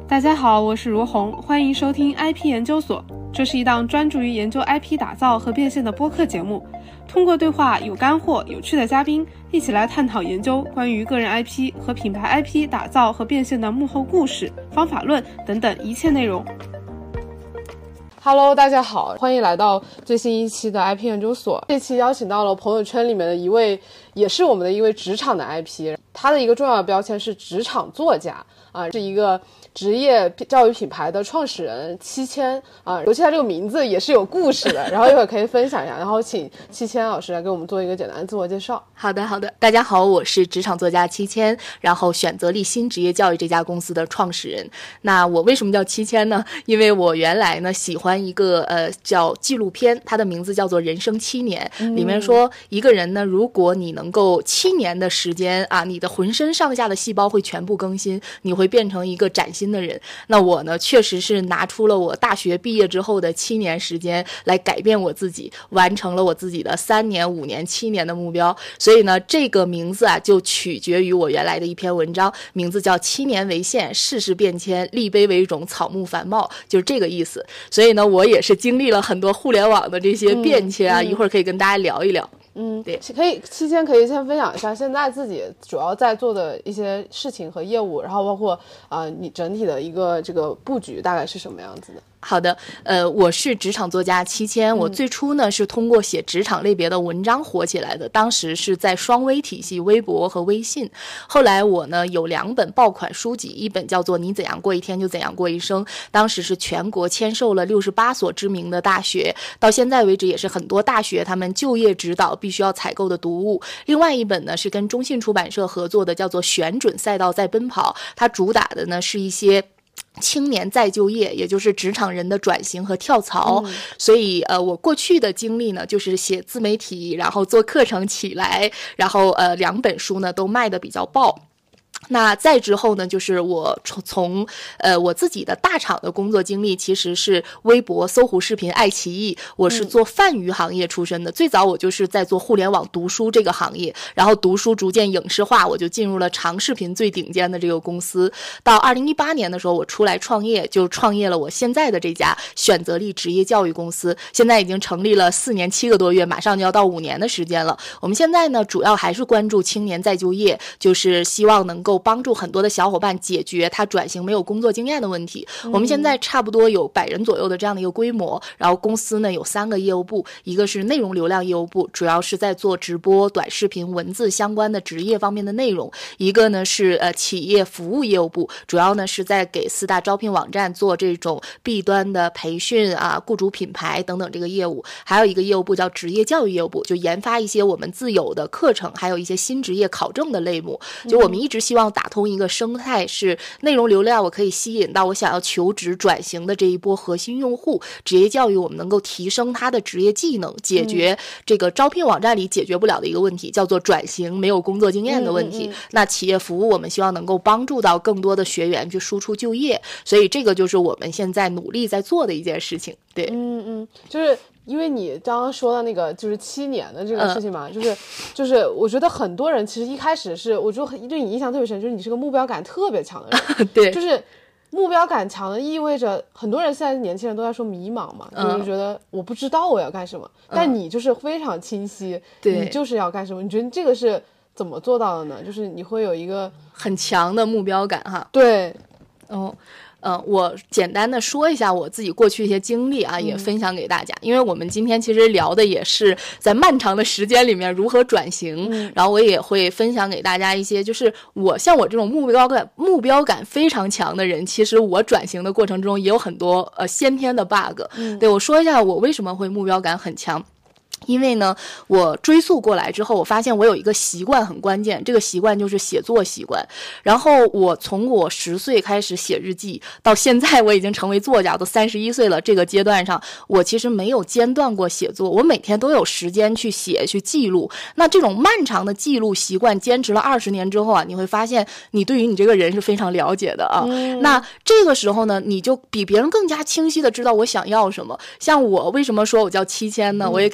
大家好，我是如虹，欢迎收听 IP 研究所。这是一档专注于研究 IP 打造和变现的播客节目，通过对话有干货、有趣的嘉宾，一起来探讨研究关于个人 IP 和品牌 IP 打造和变现的幕后故事、方法论等等一切内容。Hello， 大家好，欢迎来到最新一期的 IP 研究所。这期邀请到了朋友圈里面的一位，也是我们的一位职场的 IP， 他的一个重要的标签是职场作家啊，是一个职业教育品牌的创始人7000啊，尤其他这个名字也是有故事的，然后一会儿可以分享一下，然后请7000老师来给我们做一个简单的自我介绍。 好的，大家好，我是职场作家7000，然后选择力新职业教育这家公司的创始人。那我为什么叫7000呢？因为我原来呢喜欢一个叫纪录片，它的名字叫做《人生7年》，里面说一个人呢，如果你能够7年的时间啊，你的浑身上下的细胞会全部更新，你会变成一个崭新的人。那我呢，确实是拿出了我大学毕业之后的7年时间来改变我自己，完成了我自己的3年、5年、7年的目标。所以呢，这个名字啊，就取决于我原来的一篇文章，名字叫7年为限，世事变迁，立碑为冢，草木繁茂，就是这个意思。所以呢，我也是经历了很多互联网的这些变迁啊，一会儿可以跟大家聊一聊。 对，可以7000可以先分享一下现在自己主要在做的一些事情和业务，然后包括你整体的一个这个布局大概是什么样子的？ 好的，我是职场作家7000，我最初呢是通过写职场类别的文章火起来的，当时是在双微体系，微博和微信。后来我呢有2本爆款书籍，一本叫做《你怎样过一天就怎样过一生》，当时是全国签售了68所知名的大学，到现在为止也是很多大学他们就业指导必须要采购的读物。另外一本呢是跟中信出版社合作的，叫做《选准赛道再奔跑》，它主打的呢是一些青年再就业，也就是职场人的转型和跳槽。所以我过去的经历呢就是写自媒体，然后做课程起来，然后2本书呢都卖得比较爆。那再之后呢，就是我从我自己的大厂的工作经历，其实是微博、搜狐视频、爱奇艺，我是做泛娱行业出身的。最早我就是在做互联网读书这个行业，然后读书逐渐影视化，我就进入了长视频最顶尖的这个公司。到2018年的时候，我出来创业，就创业了我现在的这家选择力职业教育公司，现在已经成立了4年7个多月，马上就要到5年的时间了。我们现在呢，主要还是关注青年再就业，就是希望能够帮助很多的小伙伴解决他转型没有工作经验的问题。我们现在差不多有100人左右的这样的一个规模，然后公司呢有3个业务部，一个是内容流量业务部，主要是在做直播、短视频、文字相关的职业方面的内容；一个呢是企业服务业务部，主要呢是在给4大招聘网站做这种 B 端的培训啊、雇主品牌等等这个业务；还有一个业务部叫职业教育业务部，就研发一些我们自有的课程，还有一些新职业考证的类目。就我们一直希望打通一个生态，是内容流量我可以吸引到我想要求职转型的这一波核心用户，职业教育我们能够提升他的职业技能，解决这个招聘网站里解决不了的一个问题，叫做转型没有工作经验的问题。那企业服务我们希望能够帮助到更多的学员去输出就业，所以这个就是我们现在努力在做的一件事情。对， 就是因为你刚刚说的那个就是7年的这个事情嘛，就是我觉得很多人其实一开始是，我觉得对你印象特别深，就是你是个目标感特别强的人。对，就是目标感强的意味着很多人现在年轻人都在说迷茫嘛，就是觉得我不知道我要干什么，但你就是非常清晰，你就是要干什么。你觉得这个是怎么做到的呢？就是你会有一个很强的目标感哈。 对， 我简单的说一下我自己过去一些经历啊，也分享给大家。因为我们今天其实聊的也是在漫长的时间里面如何转型，然后我也会分享给大家一些，就是像我这种目标感非常强的人，其实我转型的过程中也有很多先天的 bug。对，我说一下我为什么会目标感很强。因为呢，我追溯过来之后，我发现我有一个习惯很关键，这个习惯就是写作习惯。然后我从我10岁开始写日记，到现在我已经成为作家，都31岁了，这个阶段上，我其实没有间断过写作，我每天都有时间去写去记录。那这种漫长的记录习惯坚持了20年之后啊，你会发现你对于你这个人是非常了解的啊。那这个时候呢，你就比别人更加清晰的知道我想要什么。像我为什么说我叫7000呢？我也给大家讲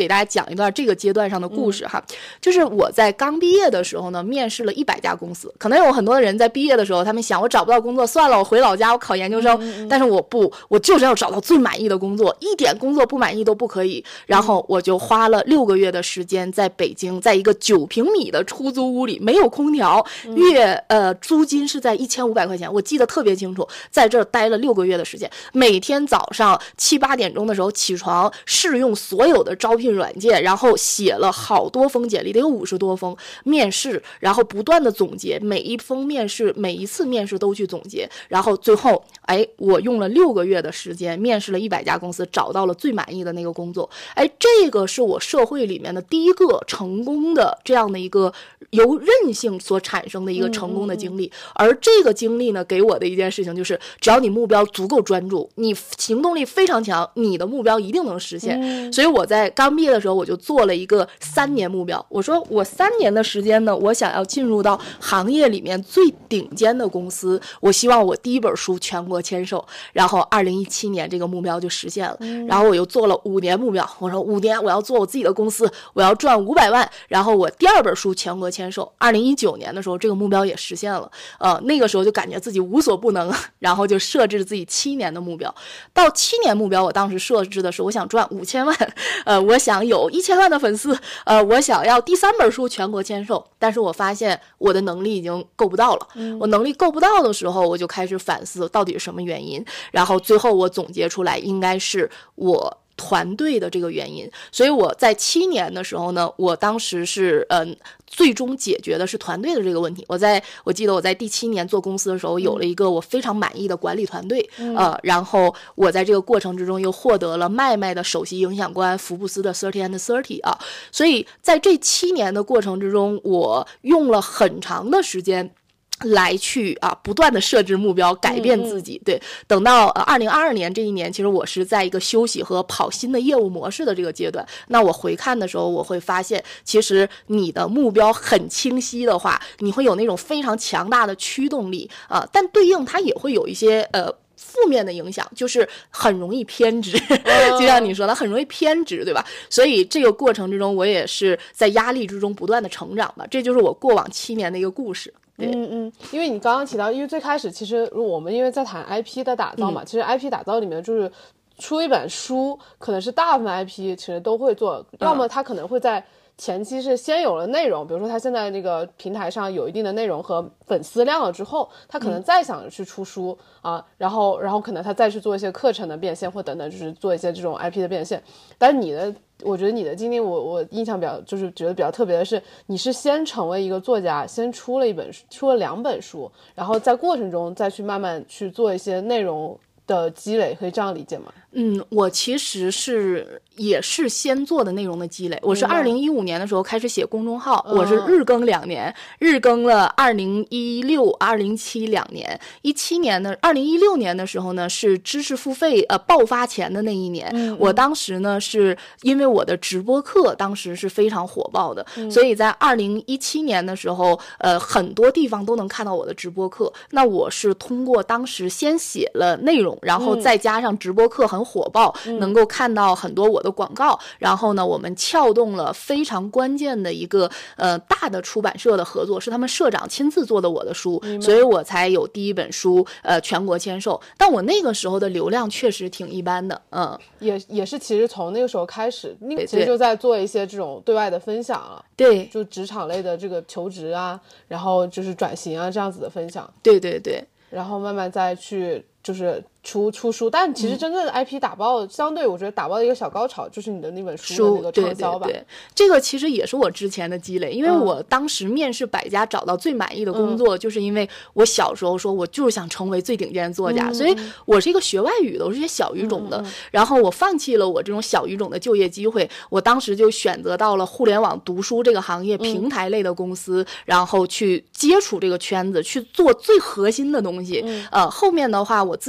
讲一段这个阶段上的故事哈，就是我在刚毕业的时候呢，面试了100家公司。可能有很多的人在毕业的时候，他们想我找不到工作，算了，我回老家我考研究生。但是我就是要找到最满意的工作，一点工作不满意都不可以。然后我就花了6个月的时间，在北京，在一个9平米的出租屋里，没有空调，租金是在1500块钱，我记得特别清楚。在这儿待了6个月的时间，每天早上7、8点钟的时候起床，试用所有的招聘软件，然后写了好多封简历，得有50多封面试，然后不断的总结每一封面试，每一次面试都去总结，然后最后我用了6个月的时间面试了100家公司，找到了最满意的那个工作。这个是我社会里面的第一个成功的这样的一个由韧性所产生的一个成功的经历。而这个经历呢，给我的一件事情就是，只要你目标足够专注，你行动力非常强，你的目标一定能实现。所以我在刚毕业的时候，我就做了一个3年目标。我说我3年的时间呢，我想要进入到行业里面最顶尖的公司，我希望我第一本书全国签售。然后2017年这个目标就实现了。然后我又做了5年目标，我说5年我要做我自己的公司，我要赚500万。然后我第2本书全国签售。2019年的时候，这个目标也实现了。那个时候就感觉自己无所不能，然后就设置自己7年的目标。到7年目标，我当时设置的是我想赚5000万，我想有1000万的粉丝，我想要第3本书全国签售。但是我发现我的能力已经够不到了。我能力够不到的时候，我就开始反思到底是什么原因。然后最后我总结出来，应该是我团队的这个原因。所以我在7年的时候呢，我当时是最终解决的是团队的这个问题。我记得我在第7年做公司的时候，有了一个我非常满意的管理团队。然后我在这个过程之中又获得了麦麦的首席影响官，福布斯的30 and 30啊。所以在这7年的过程之中，我用了很长的时间来去不断的设置目标，改变自己。对，等到2022年这一年，其实我是在一个休息和跑新的业务模式的这个阶段。那我回看的时候，我会发现，其实你的目标很清晰的话，你会有那种非常强大的驱动力但对应它也会有一些负面的影响，就是很容易偏执。就像你说的，很容易偏执，对吧？所以这个过程之中，我也是在压力之中不断的成长吧。这就是我过往7年的一个故事。 因为你刚刚提到，因为最开始其实我们因为在谈 IP 的打造嘛，其实 IP 打造里面就是出一本书，可能是大部分 IP 其实都会做，要么它可能会在前期是先有了内容，比如说他现在那个平台上有一定的内容和粉丝量了之后，他可能再想去出书然后可能他再去做一些课程的变现或等等，就是做一些这种 IP 的变现。但是我觉得你的经历我印象就是觉得比较特别的是，你是先成为一个作家，先出了2本书，然后在过程中再去慢慢去做一些内容的积累，可以这样理解吗？ 我其实也是先做的内容的积累。我是2015年的时候开始写公众号，我是日更2年，日更了2016、2017 2年。2016年的时候呢，是知识付费爆发前的那一年。我当时呢是因为我的直播课当时是非常火爆的，所以在2017年的时候，很多地方都能看到我的直播课。那我是通过当时先写了内容，然后再加上直播课很火爆，能够看到很多我的广告。然后呢，我们撬动了非常关键的一个大的出版社的合作，是他们社长亲自做的我的书，所以我才有第1本书全国签售。但我那个时候的流量确实挺一般的。 也是其实从那个时候开始，其实就在做一些这种对外的分享了。 对， 就职场类的这个求职然后就是转型这样子的分享。 对对对， 然后慢慢再去就是出书。但其实真正的 IP 打包，相对我觉得打包的一个小高潮就是你的那本书的那个畅销吧。 对，这个其实也是我之前的积累，因为我当时面试100家找到最满意的工作，就是因为我小时候说我就是想成为最顶尖的作家，所以我是一个学外语的，我是学小语种的，然后我放弃了我这种小语种的就业机会，我当时就选择到了互联网读书这个行业，平台类的公司，然后去接触这个圈子，去做最核心的东西。后面的话我自己的书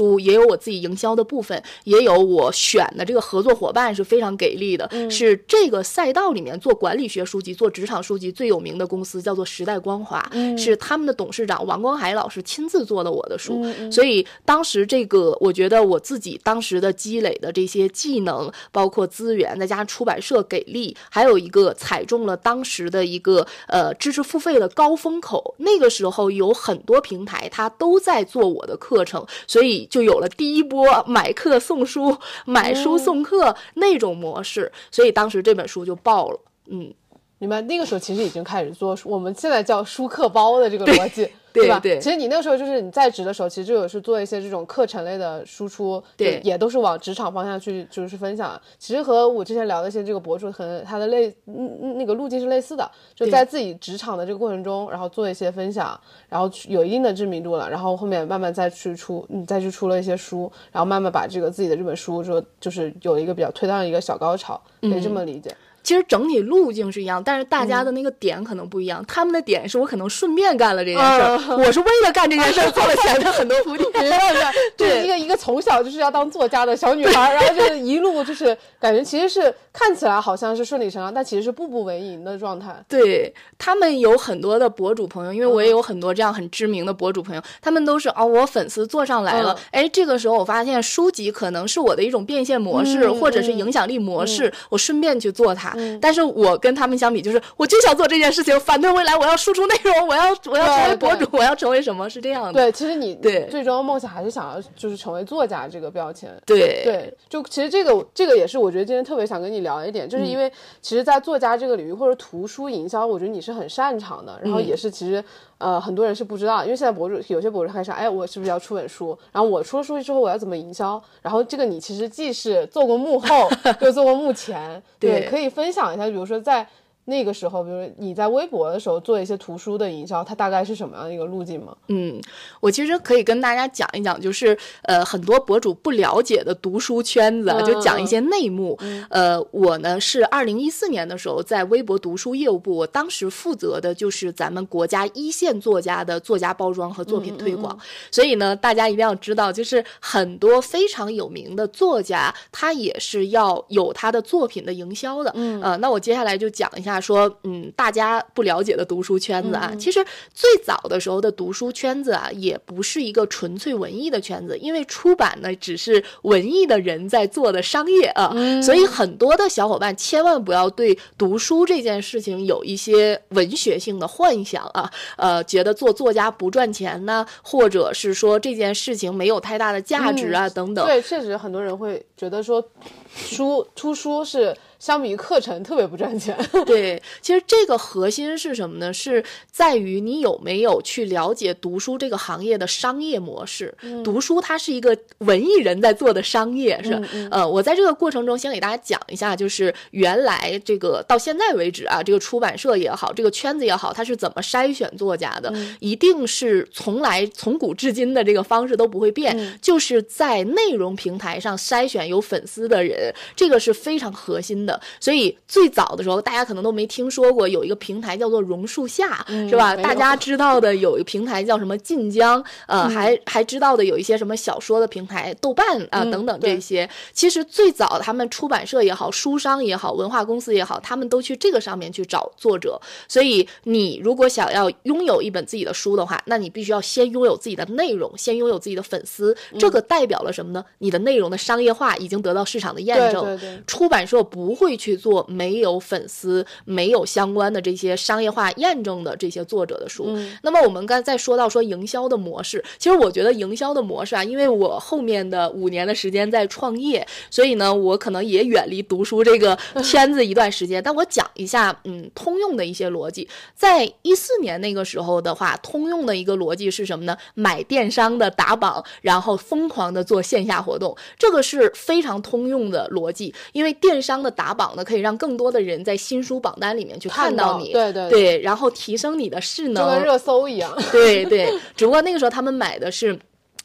书，也有我自己营销的部分，也有我选的这个合作伙伴是非常给力的，是这个赛道里面做管理学书籍、做职场书籍最有名的公司，叫做时代光华，是他们的董事长王光海老师亲自做的我的书，所以当时这个我觉得我自己当时的积累的这些技能，包括资源，再加上出版社给力，还有一个踩中了当时的一个知识付费的高风口，那个时候有很多平台它都在做我的课程，所以就有了第一波买课送书、买书送课那种模式，所以当时这本书就爆了。 明白，那个时候其实已经开始做我们现在叫书课包的这个逻辑，对吧？ 对， 其实你那个时候就是你在职的时候，其实就有是做一些这种课程类的输出， 对， 也都是往职场方向去就是分享。其实和我之前聊的一些这个博主，可能他的那个路径是类似的，就在自己职场的这个过程中，然后做一些分享，然后有一定的知名度了，然后后面慢慢再去出了一些书，然后慢慢把这个自己的这本书就是有一个比较推到一个小高潮，可以这么理解。 其实整体路径是一样，但是大家的那个点可能不一样。他们的点是我可能顺便干了这件事儿，我是为了干这件事儿做了前面很多铺垫。 明白，就是一个从小就是要当作家的小女孩，然后就是一路就是感觉其实是看起来好像是顺理成章，但其实是步步为营的状态。 对，他们有很多的博主朋友，因为我也有很多这样很知名的博主朋友，他们都是我粉丝做上来了，这个时候我发现书籍可能是我的一种变现模式，或者是影响力模式，我顺便去做它。但是我跟他们相比，就是我就想做这件事情，反对未来，我要输出内容，我要成为博主，我要成为什么，是这样的。 对，其实你最终梦想还是想要就是成为作家这个标签。 对， 就其实这个也是我觉得今天特别想跟你聊一点，就是因为其实在作家这个领域或者图书营销，我觉得你是很擅长的，然后也是其实很多人是不知道，因为现在有些博主开始我是不是要出本书，然后我出了书之后我要怎么营销，然后这个你其实既是做过幕后又做过幕前，对，可以分享一下，比如说在那个时候，比如你在微博的时候做一些图书的营销，它大概是什么样的一个路径吗？ 我其实可以跟大家讲一讲，就是很多博主不了解的读书圈子，就讲一些内幕。我呢是2014年的时候在微博读书业务部，我当时负责的就是咱们国家一线作家的作家包装和作品推广。所以呢，大家一定要知道，就是很多非常有名的作家，他也是要有他的作品的营销的。那我接下来就讲一下。说大家不了解的读书圈子啊，其实最早的时候的读书圈子啊，也不是一个纯粹文艺的圈子，因为出版呢只是文艺的人在做的商业啊，所以很多的小伙伴千万不要对读书这件事情有一些文学性的幻想啊，觉得做作家不赚钱呢，或者是说这件事情没有太大的价值啊等等。 对，确实很多人会觉得说出书是相比于课程特别不赚钱。 对，其实这个核心是什么呢？是在于你有没有去了解读书这个行业的商业模式。读书它是一个文艺人在做的商业，是我在这个过程中先给大家讲一下，就是原来这个到现在为止啊，这个出版社也好，这个圈子也好，它是怎么筛选作家的，一定是从古至今的这个方式都不会变，就是在内容平台上筛选有粉丝的人，这个是非常核心的。所以最早的时候大家可能都没听说过有一个平台叫做榕树下，是吧？大家知道的有一个平台叫什么晋江，还知道的有一些什么小说的平台豆瓣啊等等这些。其实最早他们出版社也好，书商也好，文化公司也好，他们都去这个上面去找作者。所以你如果想要拥有一本自己的书的话，那你必须要先拥有自己的内容，先拥有自己的粉丝。这个代表了什么呢？你的内容的商业化已经得到市场的验证。出版社不会去做没有粉丝、没有相关的这些商业化验证的这些作者的书。那么我们刚才再说到说营销的模式，其实我觉得营销的模式啊，因为我后面的5年的时间在创业，所以呢，我可能也远离读书这个圈子一段时间。但我讲一下，通用的一些逻辑。在14年那个时候的话，通用的一个逻辑是什么呢？买电商的打榜，然后疯狂的做线下活动，这个是非常通用的逻辑。因为电商的打榜呢，可以让更多的人在新书榜单里面去看到你，对，然后提升你的势能， 就跟热搜一样。 对，只不过那个时候他们买的是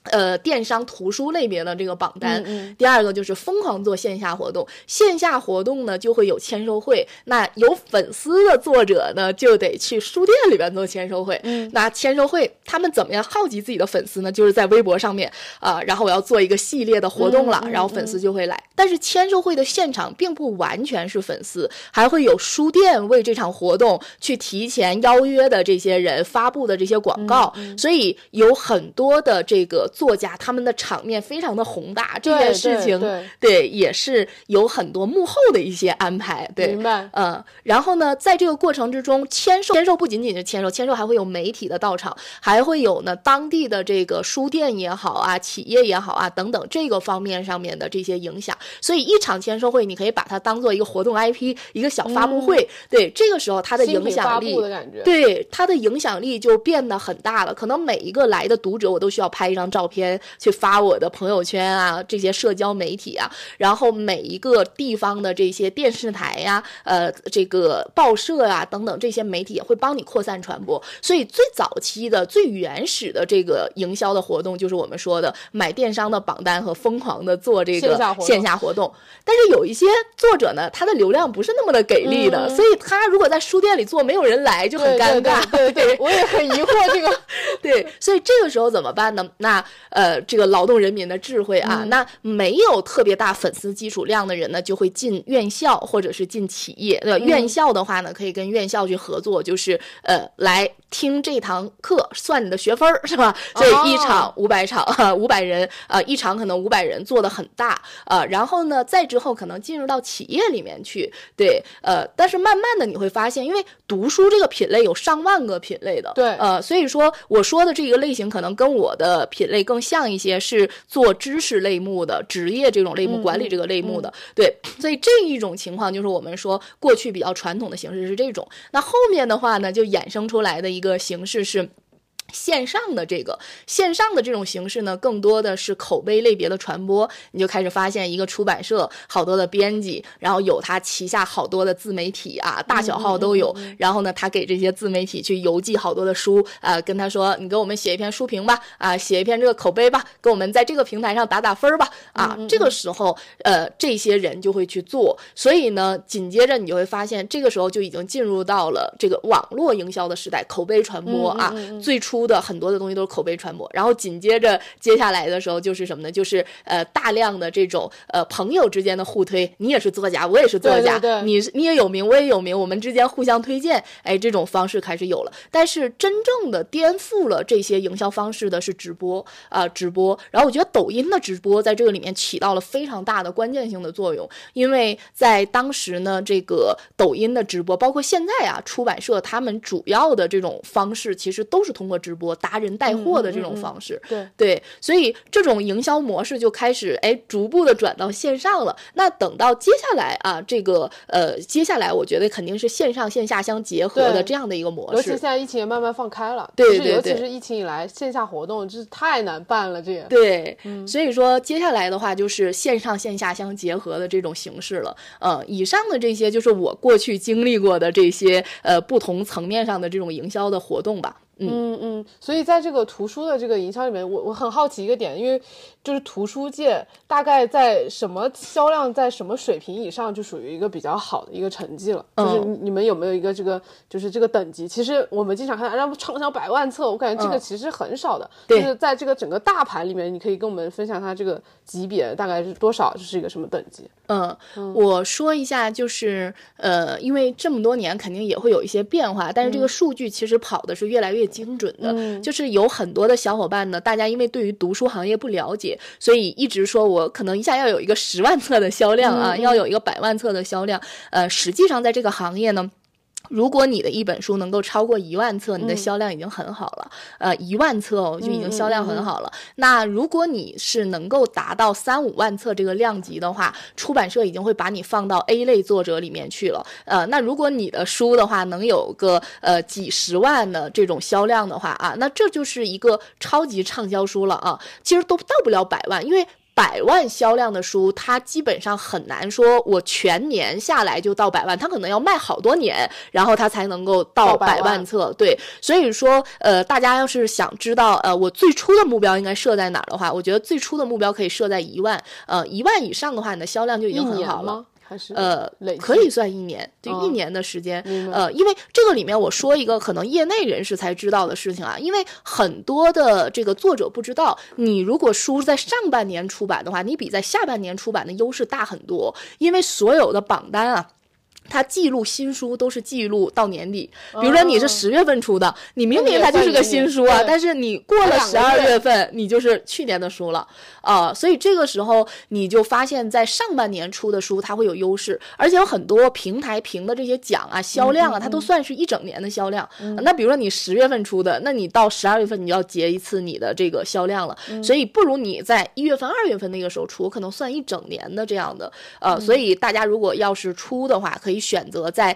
电商图书类别的这个榜单。第二个就是疯狂做线下活动，线下活动呢就会有签售会，那有粉丝的作者呢就得去书店里边做签售会。那签售会他们怎么样耗集自己的粉丝呢？就是在微博上面然后我要做一个系列的活动了，然后粉丝就会来。但是签售会的现场并不完全是粉丝，还会有书店为这场活动去提前邀约的这些人发布的这些广告，所以有很多的这个作家他们的场面非常的宏大，这件事情 对也是有很多幕后的一些安排。对， 明白。 然后呢在这个过程之中，签售不仅仅是签售还会有媒体的到场，还会有呢当地的这个书店也好啊，企业也好啊等等这个方面上面的这些影响。所以一场签售会你可以把它当做一个活动 IP， 一个小发布会。对，这个时候它的影响力，对，它的影响力就变得很大了。可能每一个来的读者我都需要拍一张照片去发我的朋友圈啊，这些社交媒体啊，然后每一个地方的这些电视台呀、这个报社啊等等这些媒体也会帮你扩散传播。所以最早期的最原始的这个营销的活动就是我们说的买电商的榜单和疯狂的做这个线下活动。但是有一些作者呢，他的流量不是那么的给力的，所以他如果在书店里做没有人来就很尴尬。 对，我也很疑惑这个对，所以这个时候怎么办呢？那这个劳动人民的智慧啊，那没有特别大粉丝基础量的人呢，就会进院校或者是进企业。院校的话呢，可以跟院校去合作，就是来听这堂课算你的学分是吧？所以一场500场500人一场可能500人做的很大然后呢再之后可能进入到企业里面去。对，但是慢慢的你会发现，因为读书这个品类有上万个品类的， 对， 所以说我说的这个类型可能跟我的品类更像一些，是做知识类目的、职业这种类目、管理这个类目的。对，所以这一种情况就是我们说过去比较传统的形式是这种。那后面的话呢，就衍生出来的一个形式是线上的这种形式呢，更多的是口碑类别的传播。你就开始发现一个出版社好多的编辑，然后有他旗下好多的自媒体啊，大小号都有。然后呢，他给这些自媒体去邮寄好多的书跟他说你给我们写一篇书评吧写一篇这个口碑吧，给我们在这个平台上打打分吧这个时候这些人就会去做。所以呢，紧接着你就会发现这个时候就已经进入到了这个网络营销的时代，口碑传播最初的很多的东西都是口碑传播。然后紧接着接下来的时候就是什么呢？就是大量的这种朋友之间的互推，你也是作家我也是作家， 对， 你也有名我也有名，我们之间互相推荐，这种方式开始有了。但是真正的颠覆了这些营销方式的是直播然后我觉得抖音的直播在这个里面起到了非常大的关键性的作用。因为在当时呢，这个抖音的直播包括现在出版社他们主要的这种方式其实都是通过直播达人带货的这种方式。对，所以这种营销模式就开始逐步的转到线上了。那等到接下来接下来我觉得肯定是线上线下相结合的这样的一个模式。 尤其现在疫情也慢慢放开了， 对， 尤其是疫情以来线下活动就是太难办了这个。 对，所以说接下来的话就是线上线下相结合的这种形式了。以上的这些就是我过去经历过的这些不同层面上的这种营销的活动吧。 所以在这个图书的这个营销里面，我很好奇一个点，因为就是图书界大概在什么销量在什么水平以上就属于一个比较好的一个成绩了，就是你们有没有一个这个就是这个等级？其实我们经常看让畅销100万册，我感觉这个其实很少的，就是在这个整个大盘里面，你可以跟我们分享它这个级别大概是多少，就是一个什么等级？ 我说一下，就是因为这么多年肯定也会有一些变化，但是这个数据其实跑的是越来越精准的。就是有很多的小伙伴呢，大家因为对于读书行业不了解，所以一直说我可能一下要有一个10万册的销量要有一个100万册的销量。实际上在这个行业呢，如果你的一本书能够超过1万册，你的销量已经很好了。1万册就已经销量很好了。那如果你是能够达到3-5万册这个量级的话，出版社已经会把你放到 A 类作者里面去了。那如果你的书的话能有个几十万的这种销量的话那这就是一个超级畅销书了其实都到不了100万，因为 100万销量的书，它基本上很难说我全年下来就到100万，它可能要卖好多年，然后它才能够到100万册。对，所以说大家要是想知道我最初的目标应该设在哪儿的话，我觉得最初的目标可以设在1万，1万以上的话，你的销量就已经很好了。 还是可以算1年，就1年的时间。因为这个里面我说一个可能业内人士才知道的事情啊，因为很多的这个作者不知道，你如果书在上半年出版的话，你比在下半年出版的优势大很多，因为所有的榜单啊，它记录新书都是记录到年底，比如说你是10月份出的，你明明它就是个新书啊，但是你过了12月份，你就是去年的书了所以这个时候你就发现在上半年出的书它会有优势，而且有很多平台评的这些奖啊、销量啊，它都算是一整年的销量。那比如说你10月份出的，那你到12月份你就要结一次你的这个销量了，所以不如你在1月份、2月份那个时候出，可能算一整年的这样的。所以大家如果要是出的话，可以选择在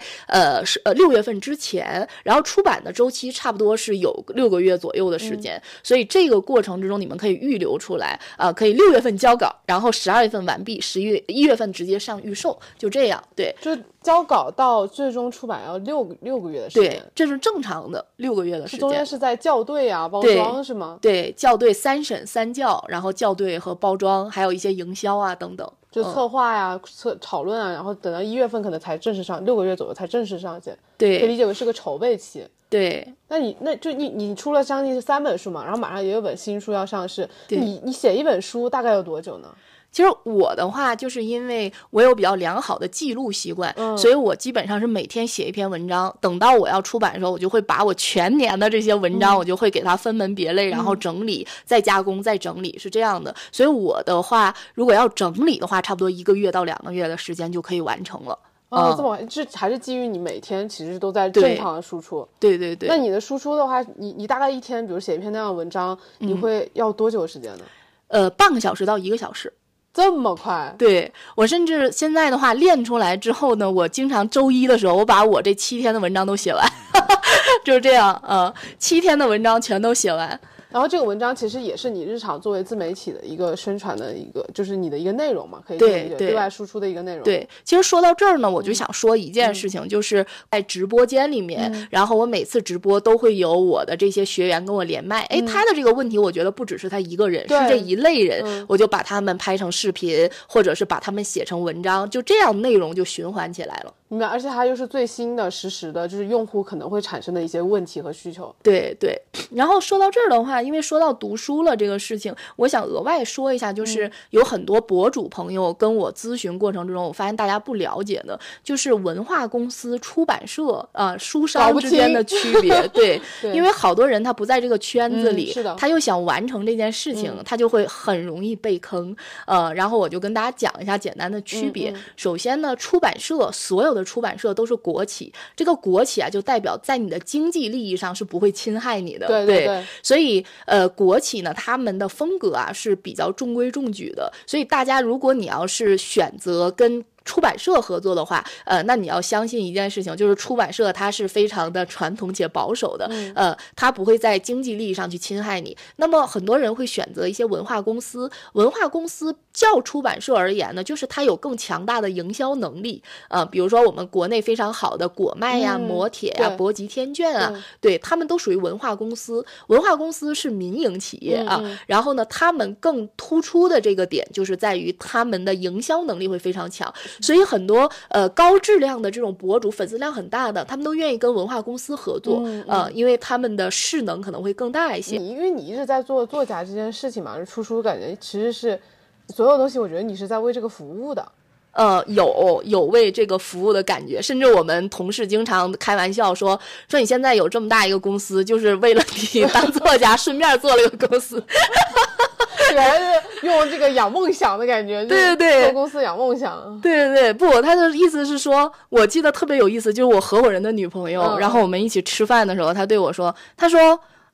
6月份之前，然后出版的周期差不多是有6个月左右的时间，所以这个过程之中你们可以预留出来可以6月份交稿，然后12月份完毕，1月份直接上预售，就这样。对， 就交稿到最终出版要6个月的时间。 对，这是正常的6个月的时间。 中间是在校对啊、包装是吗？ 对，校对3审3校，然后校对和包装，还有一些营销啊等等。 就策划呀、讨论啊，然后等到1月份可能才正式上，6个月左右才正式上线。 对， 可以理解为是个筹备期。 对， 那你出了将近3本书嘛，然后马上也有本新书要上市，你写一本书大概有多久呢？ 其实我的话，就是因为我有比较良好的记录习惯，所以我基本上是每天写一篇文章，等到我要出版的时候，我就会把我全年的这些文章，我就会给它分门别类，然后整理，再加工，再整理，是这样的。所以我的话，如果要整理的话，差不多1个月到2个月的时间就可以完成了。 这么这还是基于你每天其实都在正常的输出。 对对对。 那你的输出的话，你大概一天，比如写一篇那样的文章，你会要多久时间呢？ 半个小时到1个小时。 这么快？ 对，我甚至现在的话练出来之后呢，我经常周一的时候，我把我这7天的文章都写完，就是这样，7天的文章全都写完。 然后这个文章其实也是你日常作为自媒体的一个宣传的一个，就是你的一个内容嘛，可以对外输出的一个内容。 对，其实说到这儿呢，我就想说一件事情，就是在直播间里面，然后我每次直播都会有我的这些学员跟我连麦，他的这个问题，我觉得不只是他一个人，是这一类人，我就把他们拍成视频，或者是把他们写成文章，就这样内容就循环起来了。 明白，而且它又是最新的、实时的，就是用户可能会产生的一些问题和需求。 对对。然后说到这儿的话，因为说到读书了这个事情，我想额外说一下，就是有很多博主朋友跟我咨询过程之中，我发现大家不了解的，就是文化公司、出版社书商之间的区别。对，因为好多人他不在这个圈子里， 是的， 他又想完成这件事情，他就会很容易被坑。然后我就跟大家讲一下简单的区别。首先呢，出版社所有的出版社都是国企，这个国企就代表在你的经济利益上是不会侵害你的。 对， 所以国企呢，他们的风格是比较中规中矩的，所以大家如果你要是选择跟出版社合作的话，那你要相信一件事情，就是出版社它是非常的传统且保守的，它不会在经济利益上去侵害你。那么很多人会选择一些文化公司，文化公司较出版社而言呢，就是它有更强大的营销能力，比如说我们国内非常好的果麦呀、磨铁呀、博吉天卷啊，对，他们都属于文化公司。文化公司是民营企业然后呢，他们更突出的这个点就是在于他们的营销能力会非常强。所以很多高质量的这种博主，粉丝量很大的，他们都愿意跟文化公司合作，因为他们的势能可能会更大一些。 因为你一直在做作家这件事情嘛，出书感觉其实是所有东西，我觉得你是在为这个服务的。 有为这个服务的感觉，甚至我们同事经常开玩笑说你现在有这么大一个公司，就是为了你当作家顺便做了一个公司。 对，还是用这个养梦想的感觉。 对对， 做公司养梦想。 对对对，不，他的意思是说，我记得特别有意思，就是我合伙人的女朋友，然后我们一起吃饭的时候，他对我说，他说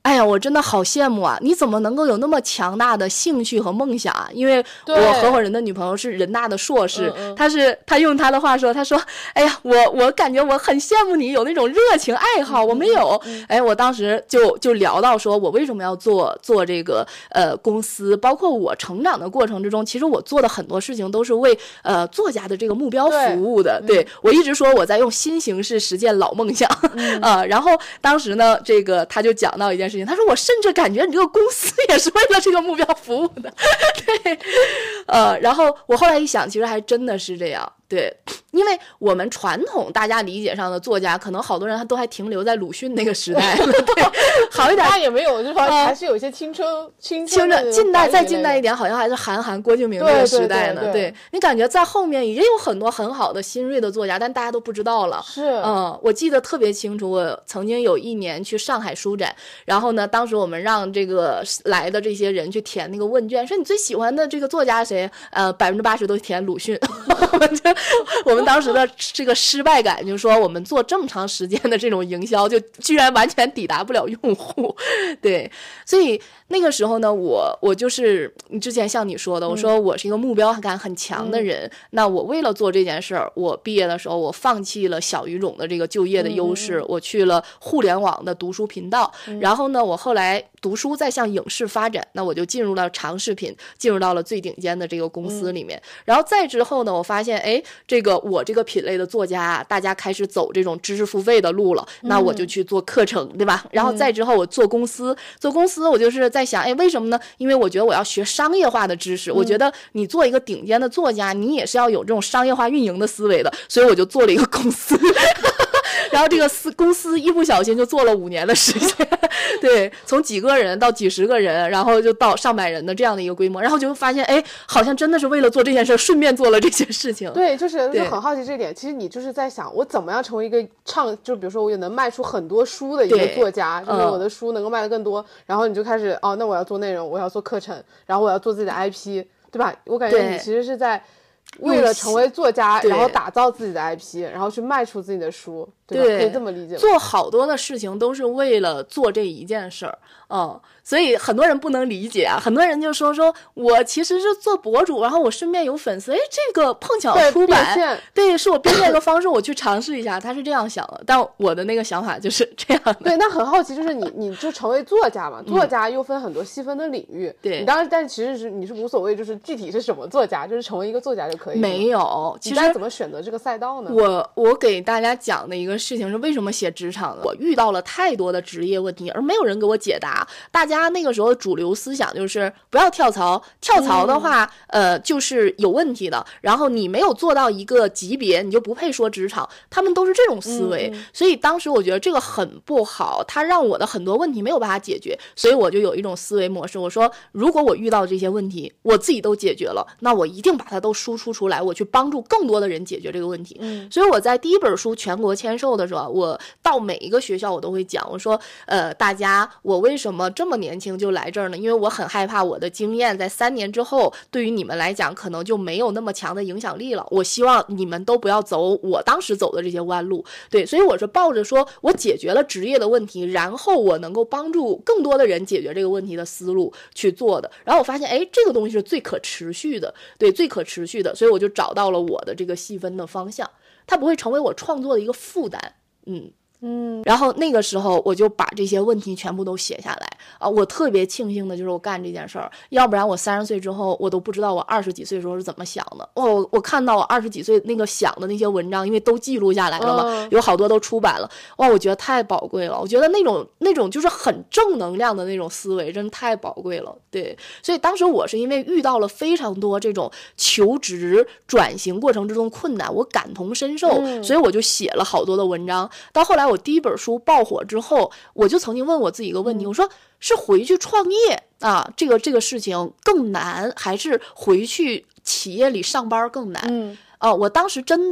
哎呀，我真的好羡慕啊！你怎么能够有那么强大的兴趣和梦想啊？因为我合伙人的女朋友是人大的硕士，他用他的话说，他说：“哎呀，我感觉我很羡慕你有那种热情爱好，我没有。”哎，我当时就聊到说，我为什么要做这个公司，包括我成长的过程之中，其实我做的很多事情都是为作家的这个目标服务的。对，我一直说我在用新形式实践老梦想然后当时呢，这个他就讲到一件事情，他说我甚至感觉你这个公司也是为了这个目标服务的。对，然后我后来一想，其实还真的是这样。对，因为我们传统大家理解上的作家，可能好多人他都还停留在鲁迅那个时代。对，好一点也没有，就是还是有一些青春近代再近代一点，好像还是韩寒、郭敬明那个时代呢。对，你感觉在后面也有很多很好的新锐的作家，但大家都不知道了。 是， 我记得特别清楚，我曾经有一年去上海书展，然后呢，当时我们让这个来的这些人去填那个问卷，说你最喜欢的这个作家谁？80%都填鲁迅。我们当时的这个失败感，就是说我们做这么长时间的这种营销，就居然完全抵达不了用户。对，所以那个时候呢，我就是之前像你说的，我说我是一个目标感很强的人，那我为了做这件事儿，我毕业的时候我放弃了小语种的这个就业的优势，我去了互联网的读书频道，然后呢，我后来读书再向影视发展，那我就进入到长视频，进入到了最顶尖的这个公司里面，然后再之后呢，我发现我这个品类的作家大家开始走这种知识付费的路了，那我就去做课程，对吧？然后再之后我做公司我就是在想，为什么呢？因为我觉得我要学商业化的知识，我觉得你做一个顶尖的作家，你也是要有这种商业化运营的思维的，所以我就做了一个公司。然后这个公司一不小心就做了5年的时间，对，从几个人到几十个人，然后就到上百人的这样的一个规模，然后就发现，好像真的是为了做这件事，顺便做了这些事情。 对，就很好奇这点。其实你就是在想，我怎么样成为一个就比如说我也能卖出很多书的一个作家，就是我的书能够卖得更多，然后你就开始那我要做内容，我要做课程，然后我要做自己的 IP， 对吧？我感觉你其实是在为了成为作家，然后打造自己的 IP， 然后去卖出自己的书，对吧？可以这么理解吗？ 做好多的事情都是为了做这一件事儿，所以很多人不能理解啊，很多人就说我其实是做博主，然后我顺便有粉丝，这个碰巧出版，对，是我变现一个方式，我去尝试一下，他是这样想的，但我的那个想法就是这样的。 对，那很好奇，就是你就成为作家嘛，作家又分很多细分的领域， 对， 你当然，但其实你是无所谓，就是具体是什么作家，就是成为一个作家就可以。 没有，其实你怎么选择这个赛道呢？ 我给大家讲的一个事情是，为什么写职场呢？我遇到了太多的职业问题，而没有人给我解答。大家那个时候主流思想就是不要跳槽，跳槽的话，就是有问题的。然后你没有做到一个级别，你就不配说职场。他们都是这种思维，所以当时我觉得这个很不好，它让我的很多问题没有办法解决。所以我就有一种思维模式，我说如果我遇到这些问题，我自己都解决了，那我一定把它都输出出来，我去帮助更多的人解决这个问题。所以我在第一本书全国签售的时候，我到每一个学校我都会讲，我说大家，我为什么这么年轻就来这儿呢？因为我很害怕我的经验在3年之后对于你们来讲可能就没有那么强的影响力了，我希望你们都不要走我当时走的这些弯路。对，所以我是抱着说我解决了职业的问题，然后我能够帮助更多的人解决这个问题的思路去做的。然后我发现这个东西是最可持续的，对，最可持续的，所以我就找到了我的这个细分的方向，它不会成为我创作的一个负担。然后那个时候我就把这些问题全部都写下来啊！我特别庆幸的就是我干这件事儿，要不然我30岁之后我都不知道我20几岁的时候是怎么想的。我看到我20几岁那个想的那些文章，因为都记录下来了嘛，有好多都出版了，我觉得太宝贵了。我觉得那种就是很正能量的那种思维真的太宝贵了。对，所以当时我是因为遇到了非常多这种求职转型过程之中困难，我感同身受，所以我就写了好多的文章。到后来我第一本书爆火之后，我就曾经问我自己一个问题，我说是回去创业啊，这个事情更难，还是回去企业里上班更难？我当时真的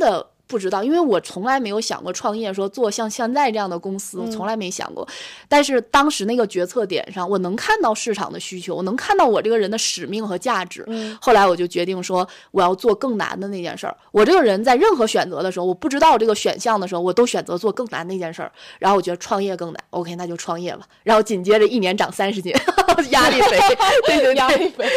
不知道，因为我从来没有想过创业，说做像现在这样的公司，从来没想过。但是当时那个决策点上，我能看到市场的需求，我能看到我这个人的使命和价值。后来我就决定说，我要做更难的那件事儿。我这个人在任何选择的时候，我不知道这个选项的时候，我都选择做更难那件事儿。然后我觉得创业更难 ，OK， 那就创业吧。然后紧接着1年长30斤，压力肥，对， 压力肥，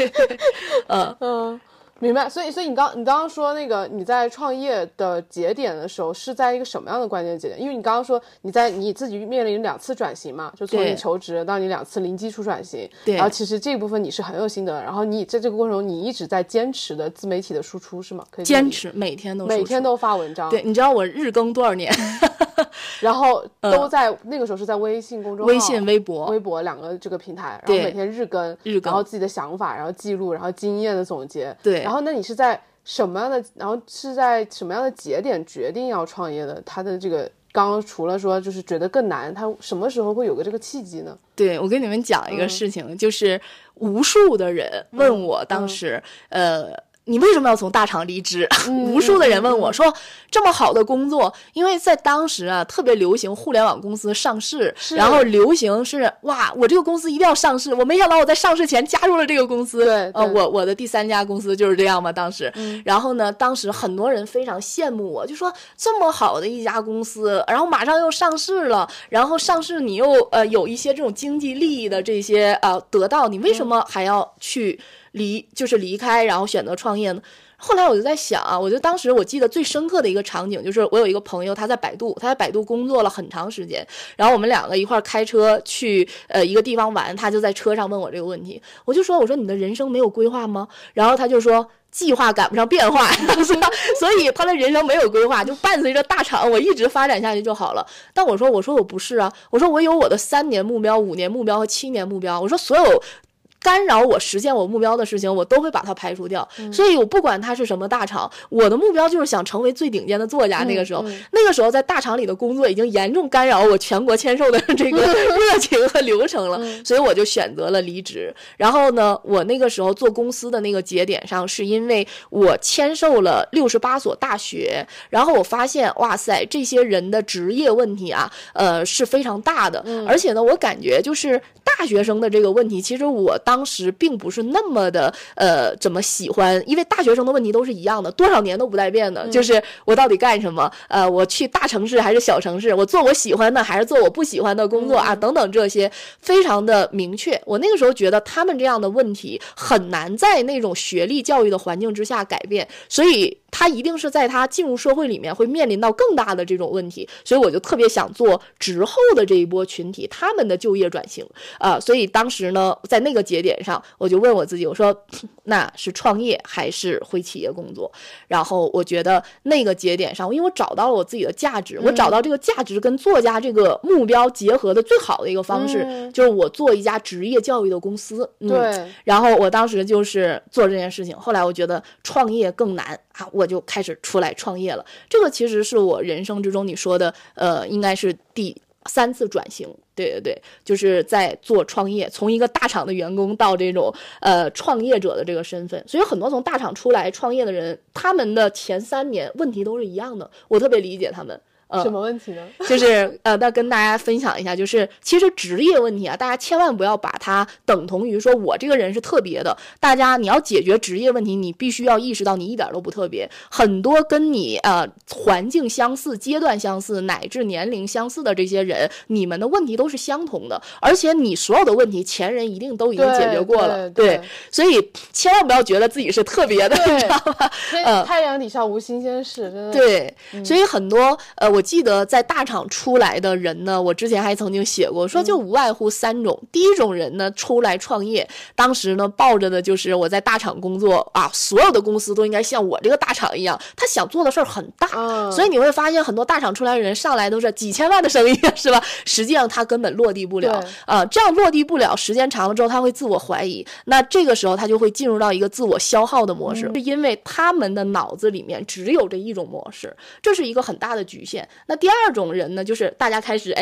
明白。所以你刚刚说那个你在创业的节点的时候是在一个什么样的关键节点？因为你刚刚说你自己面临2次转型嘛，就从你求职到你2次零基础转型， 对。 然后其实这部分你是很有心得的，然后你在这个过程中你一直在坚持的自媒体的输出是吗？可以坚持每天都发文章。 对，你知道我日更多少年？ 然后都在那个时候是在微信公众号、 微信、微博 2个这个平台，然后每天日更，然后自己的想法，然后记录，然后经验的总结。 对。 然后那你是在什么样的，然后是在什么样的节点决定要创业的？他的这个刚刚除了说就是觉得更难，他什么时候会有个这个契机呢？ 对，我跟你们讲一个事情，就是无数的人问我当时，你为什么要从大厂离职？无数的人问我说，这么好的工作，因为在当时啊，特别流行互联网公司上市，然后流行是哇，我这个公司一定要上市。我没想到我在上市前加入了这个公司。 对， 我的第3家公司就是这样嘛，当时。然后呢，当时很多人非常羡慕我，就说这么好的一家公司，然后马上又上市了，然后上市你又有一些这种经济利益的这些得到，你为什么还要去离开，然后选择创业呢？后来我就在想啊，我就当时我记得最深刻的一个场景，就是我有一个朋友，他在百度工作了很长时间，然后我们2个一块开车去一个地方玩，他就在车上问我这个问题，我说你的人生没有规划吗？然后他就说计划赶不上变化，所以他的人生没有规划，就伴随着大厂我一直发展下去就好了。但我说我不是啊，我说我有我的3年目标、5年目标和7年目标，我说所有干扰我实现我目标的事情，我都会把它排除掉。所以我不管它是什么大厂，我的目标就是想成为最顶尖的作家。那个时候在大厂里的工作已经严重干扰我全国签售的这个热情和流程了，所以我就选择了离职。然后呢，我那个时候做公司的那个节点上，是因为我签售了68所大学，然后我发现哇塞，这些人的职业问题啊，是非常大的，而且呢，我感觉就是大学生的这个问题，其实我当时并不是那么的怎么喜欢，因为大学生的问题都是一样的，多少年都不带变的，就是我到底干什么，我去大城市还是小城市，我做我喜欢的还是做我不喜欢的工作啊，等等，这些非常的明确。我那个时候觉得他们这样的问题很难在那种学历教育的环境之下改变，所以他一定是在他进入社会里面会面临到更大的这种问题，所以我就特别想做之后的这一波群体他们的就业转型所以当时呢，在那个节点上，我就问我自己，我说那是创业还是回企业工作？然后我觉得那个节点上，因为我找到了我自己的价值，我找到这个价值跟作家这个目标结合的最好的一个方式，就是我做一家职业教育的公司。 对。 然后我当时就是做这件事情，后来我觉得创业更难我就开始出来创业了。这个其实是我人生之中你说的应该是第3次转型。对，就是在做创业，从一个大厂的员工到这种创业者的这个身份。所以很多从大厂出来创业的人，他们的前3年问题都是一样的，我特别理解他们。 什么问题呢？ 就是那跟大家分享一下，就是其实职业问题啊，大家千万不要把它等同于说我这个人是特别的。大家你要解决职业问题，你必须要意识到你一点都不特别。很多跟你环境相似、阶段相似，乃至年龄相似的这些人，你们的问题都是相同的，而且你所有的问题前人一定都已经解决过了。对，所以千万不要觉得自己是特别的，你知道吗？ 太阳底下无新鲜事，真的。 对，所以很多我记得在大厂出来的人呢，我之前还曾经写过，说就无外乎3种。第一种人呢，出来创业，当时呢抱着的就是我在大厂工作所有的公司都应该像我这个大厂一样，他想做的事儿很大，所以你会发现很多大厂出来的人上来都是几千万的生意，是吧？实际上他根本落地不了这样落地不了，时间长了之后他会自我怀疑，那这个时候他就会进入到一个自我消耗的模式，是因为他们的脑子里面只有这一种模式，这是一个很大的局限。那第二种人呢，就是大家开始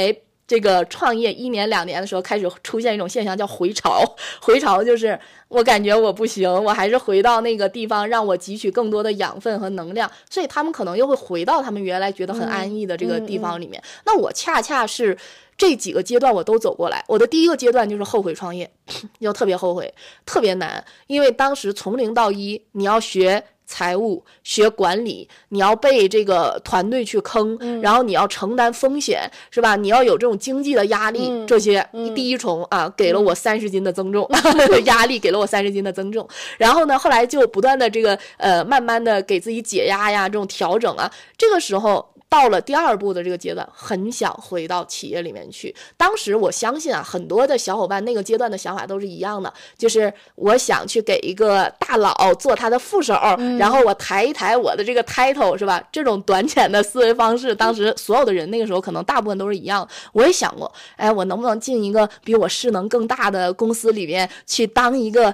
这个创业1年2年的时候，开始出现一种现象叫回潮。回潮就是我感觉我不行，我还是回到那个地方，让我汲取更多的养分和能量，所以他们可能又会回到他们原来觉得很安逸的这个地方里面。那我恰恰是这几个阶段我都走过来。我的第一个阶段就是后悔创业，就特别后悔，特别难，因为当时从0到1，你要学财务，学管理，你要被这个团队去坑，然后你要承担风险，是吧？你要有这种经济的压力，这些第一重啊，给了我30斤的增重，压力给了我30斤的增重。然后呢，后来就不断的这个慢慢的给自己解压呀，这种调整啊，这个时候到了第2步的这个阶段，很想回到企业里面去。当时我相信啊，很多的小伙伴那个阶段的想法都是一样的，就是我想去给一个大佬做他的副手，然后我抬一抬我的这个 title， 是吧？这种短浅的思维方式，当时所有的人那个时候可能大部分都是一样。我也想过，哎，我能不能进一个比我势能更大的公司里面去当一个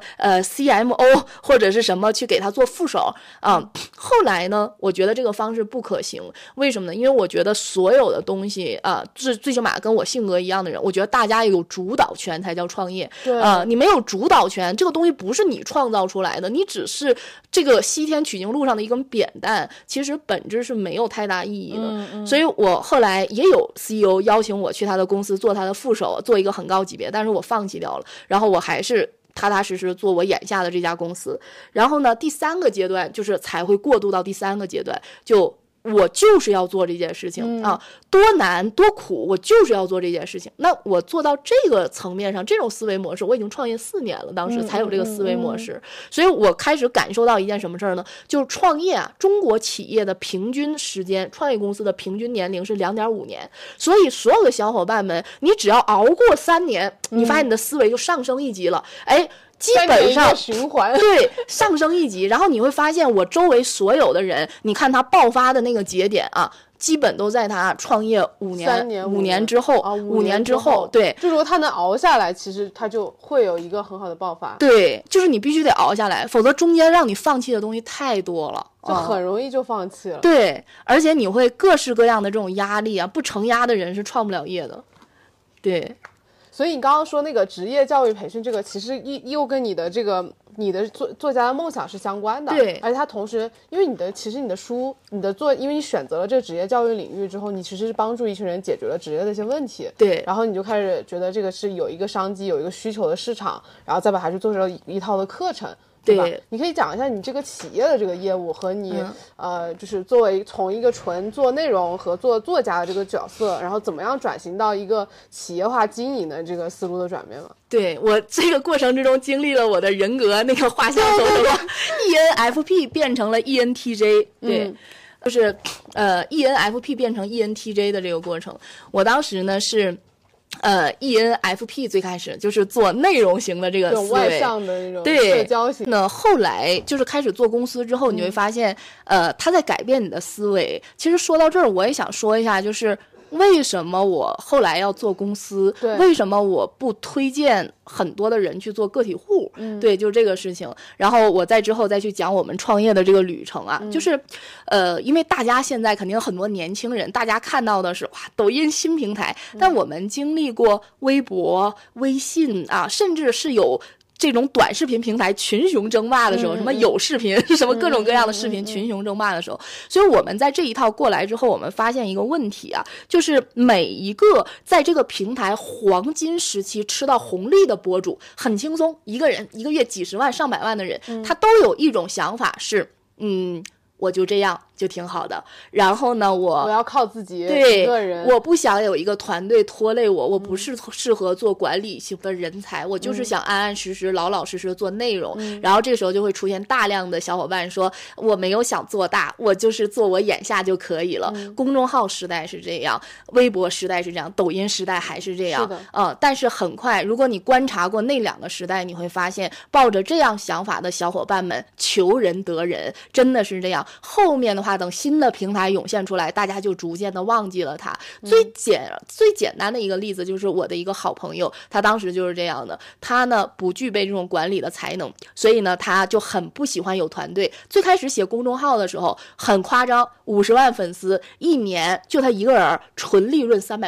CMO 或者是什么，去给他做副手啊？后来呢，我觉得这个方式不可行。为什么呢？因为我觉得所有的东西最起码跟我性格一样的人，我觉得大家有主导权才叫创业。你没有主导权，这个东西不是你创造出来的，你只是这个西天取经路上的一根扁担，其实本质是没有太大意义的。所以我后来也有 CEO 邀请我去他的公司做他的副手，做一个很高级别，但是我放弃掉了，然后我还是踏踏实实做我眼下的这家公司。然后呢，第3个阶段就是才会过渡到第3个阶段，就我就是要做这件事情啊，多难多苦，我就是要做这件事情。那我做到这个层面上，这种思维模式，我已经创业4年了，当时才有这个思维模式。所以我开始感受到一件什么事儿呢？就是创业啊，中国企业的平均时间，创业公司的平均年龄是2.5年。所以所有的小伙伴们，你只要熬过3年，你发现你的思维就上升一级了。哎。基本上循环对上升一级，然后你会发现我周围所有的人，你看他爆发的那个节点啊，基本都在他创业5年之后，5年之后，对， 就如果他能熬下来，其实他就会有一个很好的爆发。 对，就是你必须得熬下来，否则中间让你放弃的东西太多了， 就很容易就放弃了。 对，而且你会各式各样的这种压力啊，不承压的人是创不了业的。对。 所以你刚刚说那个职业教育培训，这个其实又跟你的这个你的作家的梦想是相关的。 对， 而且它同时，因为其实你的书，因为你选择了这个职业教育领域之后，你其实是帮助一群人解决了职业的一些问题。 对， 然后你就开始觉得这个是有一个商机，有一个需求的市场，然后再把它去做成一套的课程。对吧？你可以讲一下你这个企业的这个业务和你就是作为从一个纯做内容和做作家的这个角色，然后怎么样转型到一个企业化经营的这个思路的转变吗？ 对，我这个过程之中经历了我的人格那个画像走的ENFP 变成了 ENTJ， 对。就是ENFP 变成 ENTJ 的这个过程，我当时呢是ENFP 最开始就是做内容型的这个思维， 外向的那种社交型。 那后来就是开始做公司之后，你会发现，它在改变你的思维。其实说到这儿，我也想说一下，就是为什么我后来要做公司？为什么我不推荐很多的人去做个体户？对，就这个事情。然后我在之后再去讲我们创业的这个旅程啊，就是，因为大家现在肯定很多年轻人，大家看到的是哇，抖音新平台，但我们经历过微博、微信啊，甚至是有这种短视频平台群雄争霸的时候，什么有视频，什么各种各样的视频群雄争霸的时候，所以我们在这一套过来之后，我们发现一个问题啊，就是每一个在这个平台黄金时期吃到红利的博主，很轻松，一个人一个月几十万上百万的人，他都有一种想法是，我就这样就挺好的。然后呢，我要靠自己一个人， 我不想有一个团队拖累我，我不是适合做管理型的人才，我就是想安安实实、老老实实做内容。然后这个时候就会出现大量的小伙伴说，我没有想做大，我就是做我眼下就可以了。公众号时代是这样，微博时代是这样，抖音时代还是这样。但是很快，如果你观察过那2个时代，你会发现，抱着这样想法的小伙伴们求人得人，真的是这样。后面的话，等新的平台涌现出来，大家就逐渐的忘记了它。最简单的一个例子就是我的一个好朋友，他当时就是这样的，他呢不具备这种管理的才能，所以呢他就很不喜欢有团队。最开始写公众号的时候很夸张，50万粉丝，1年就他一个人纯利润300万。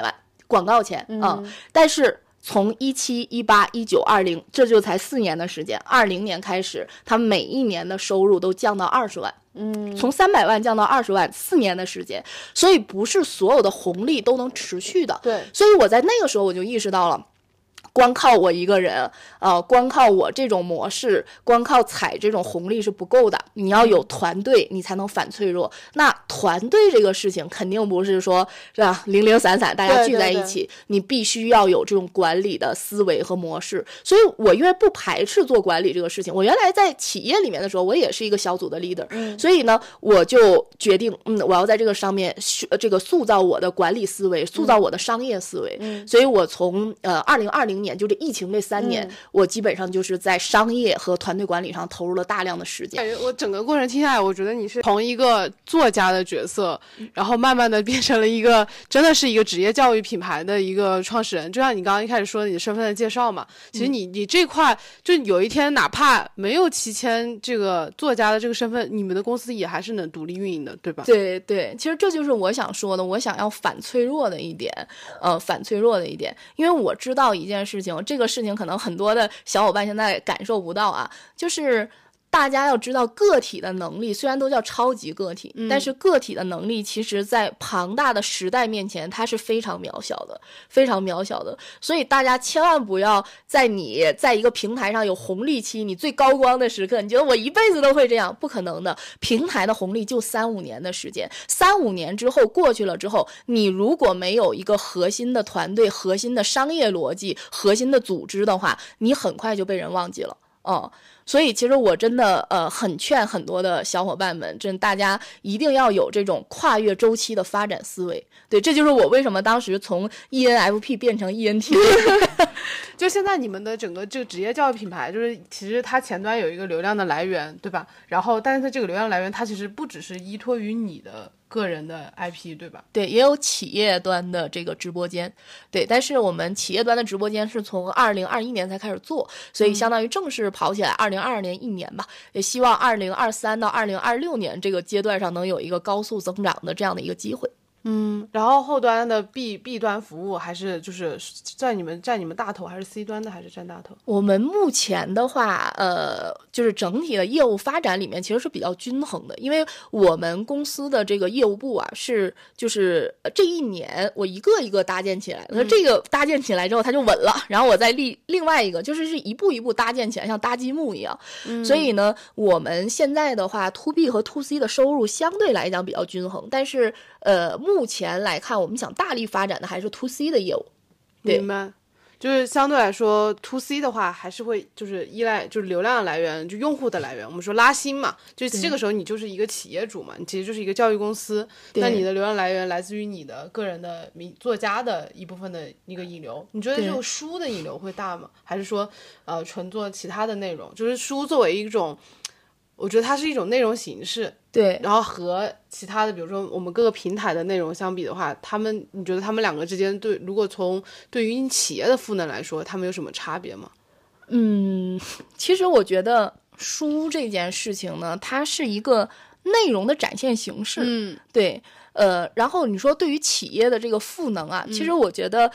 广告钱但是从17、18、19、20，这就才4年的时间。20年开始，他每一年的收入都降到20万，从300万降到20万，4年的时间。所以不是所有的红利都能持续的。 对， 所以我在那个时候我就意识到了。光靠我一个人，光靠我这种模式，光靠踩这种红利是不够的。你要有团队，你才能反脆弱。那团队这个事情肯定不是说是吧，零零散散大家聚在一起， 对， 你必须要有这种管理的思维和模式。所以我因为不排斥做管理这个事情，我原来在企业里面的时候，我也是一个小组的 leader，所以呢，我就决定，我要在这个上面这个塑造我的管理思维，塑造我的商业思维。所以我从2020年就这疫情这3年，我基本上就是在商业和团队管理上投入了大量的时间。 我整个过程听下来，我觉得你是从一个作家的角色，然后慢慢的变成了一个真的是一个职业教育品牌的一个创始人。就像你刚刚一开始说你的身份的介绍嘛，其实你这块就有一天哪怕没有齐谦这个作家的这个身份，你们的公司也还是能独立运营的，对吧？ 对对，其实这就是我想说的，我想要反脆弱的一点，反脆弱的一点，因为我知道一件事情，这个事情可能很多的小伙伴现在感受不到啊，就是大家要知道个体的能力虽然都叫超级个体，但是个体的能力其实在庞大的时代面前它是非常渺小的，非常渺小的。所以大家千万不要在你在一个平台上有红利期，你最高光的时刻，你觉得我一辈子都会这样，不可能的。平台的红利就3-5年的时间，3-5年之后过去了之后，你如果没有一个核心的团队、核心的商业逻辑、核心的组织的话，你很快就被人忘记了。所以其实我真的很劝很多的小伙伴们，真大家一定要有这种跨越周期的发展思维。对，这就是我为什么当时从 ENFP 变成 ENTP 就现在你们的整个这个职业教育品牌，就是其实它前端有一个流量的来源，对吧？然后但是它这个流量来源它其实不只是依托于你的个人的 IP， 对吧？ 对，也有企业端的这个直播间。对，但是我们企业端的直播间是从2021年才开始做，所以相当于正式跑起来2022年1年吧，也希望2023到2026年这个阶段上能有一个高速增长的这样的一个机会。 然后后端的 B 端服务还是就是占你们大头，还是 C 端的还是占大头？ 我们目前的话，就是整体的业务发展里面其实是比较均衡的，因为我们公司的这个业务部啊，就是这一年我一个一个搭建起来的，这个搭建起来之后它就稳了，然后我再另外一个就是一步一步搭建起来，像搭积木一样。所以呢，我们现在的话 To B 和 To C 的收入相对来讲比较均衡，但是目前来看，我们想大力发展的还是 To C 的业务。 明白，就是相对来说 To C 的话还是会就是依赖就是流量的来源，就用户的来源，我们说拉新嘛，就这个时候你就是一个企业主嘛，你其实就是一个教育公司，那你的流量来源来自于你的个人的作家的一部分的一个引流。你觉得这种书的引流会大吗？还是说纯做其他的内容？就是书作为一种，我觉得它是一种内容形式， 对， 然后和其他的比如说我们各个平台的内容相比的话，你觉得他们两个之间如果对于你企业的赋能来说，他们有什么差别吗？ 其实我觉得书这件事情呢，它是一个内容的展现形式，对。然后你说对于企业的这个赋能啊，其实我觉得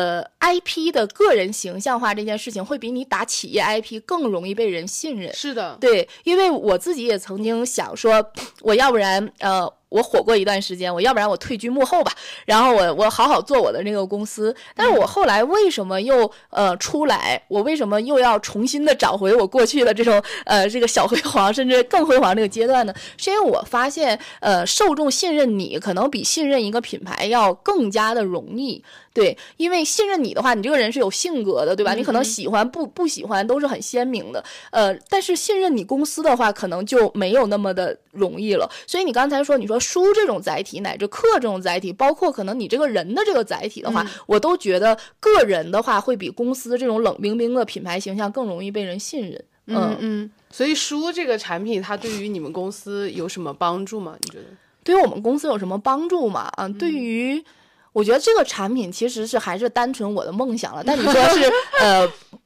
IP 的个人形象化这件事情会比你打企业 IP 更容易被人信任。 是的， 对，因为我自己也曾经想说，我要不然我火过一段时间，我要不然我退居幕后吧，然后我好好做我的那个公司。但是我后来为什么又出来，我为什么又要重新的找回我过去的这种这个小辉煌甚至更辉煌这个阶段呢？是因为我发现受众信任你可能比信任一个品牌要更加的容易。对，因为信任你的话，你这个人是有性格的，对吧？你可能喜欢不喜欢都是很鲜明的。但是信任你公司的话，可能就没有那么的容易了。所以你刚才说，你说书这种载体，乃至课这种载体，包括可能你这个人的这个载体的话，我都觉得个人的话会比公司这种冷冰冰的品牌形象更容易被人信任。 所以书这个产品，它对于你们公司有什么帮助吗？你觉得？ 对于我们公司有什么帮助吗？对于我觉得这个产品其实是还是单纯我的梦想了，但你说是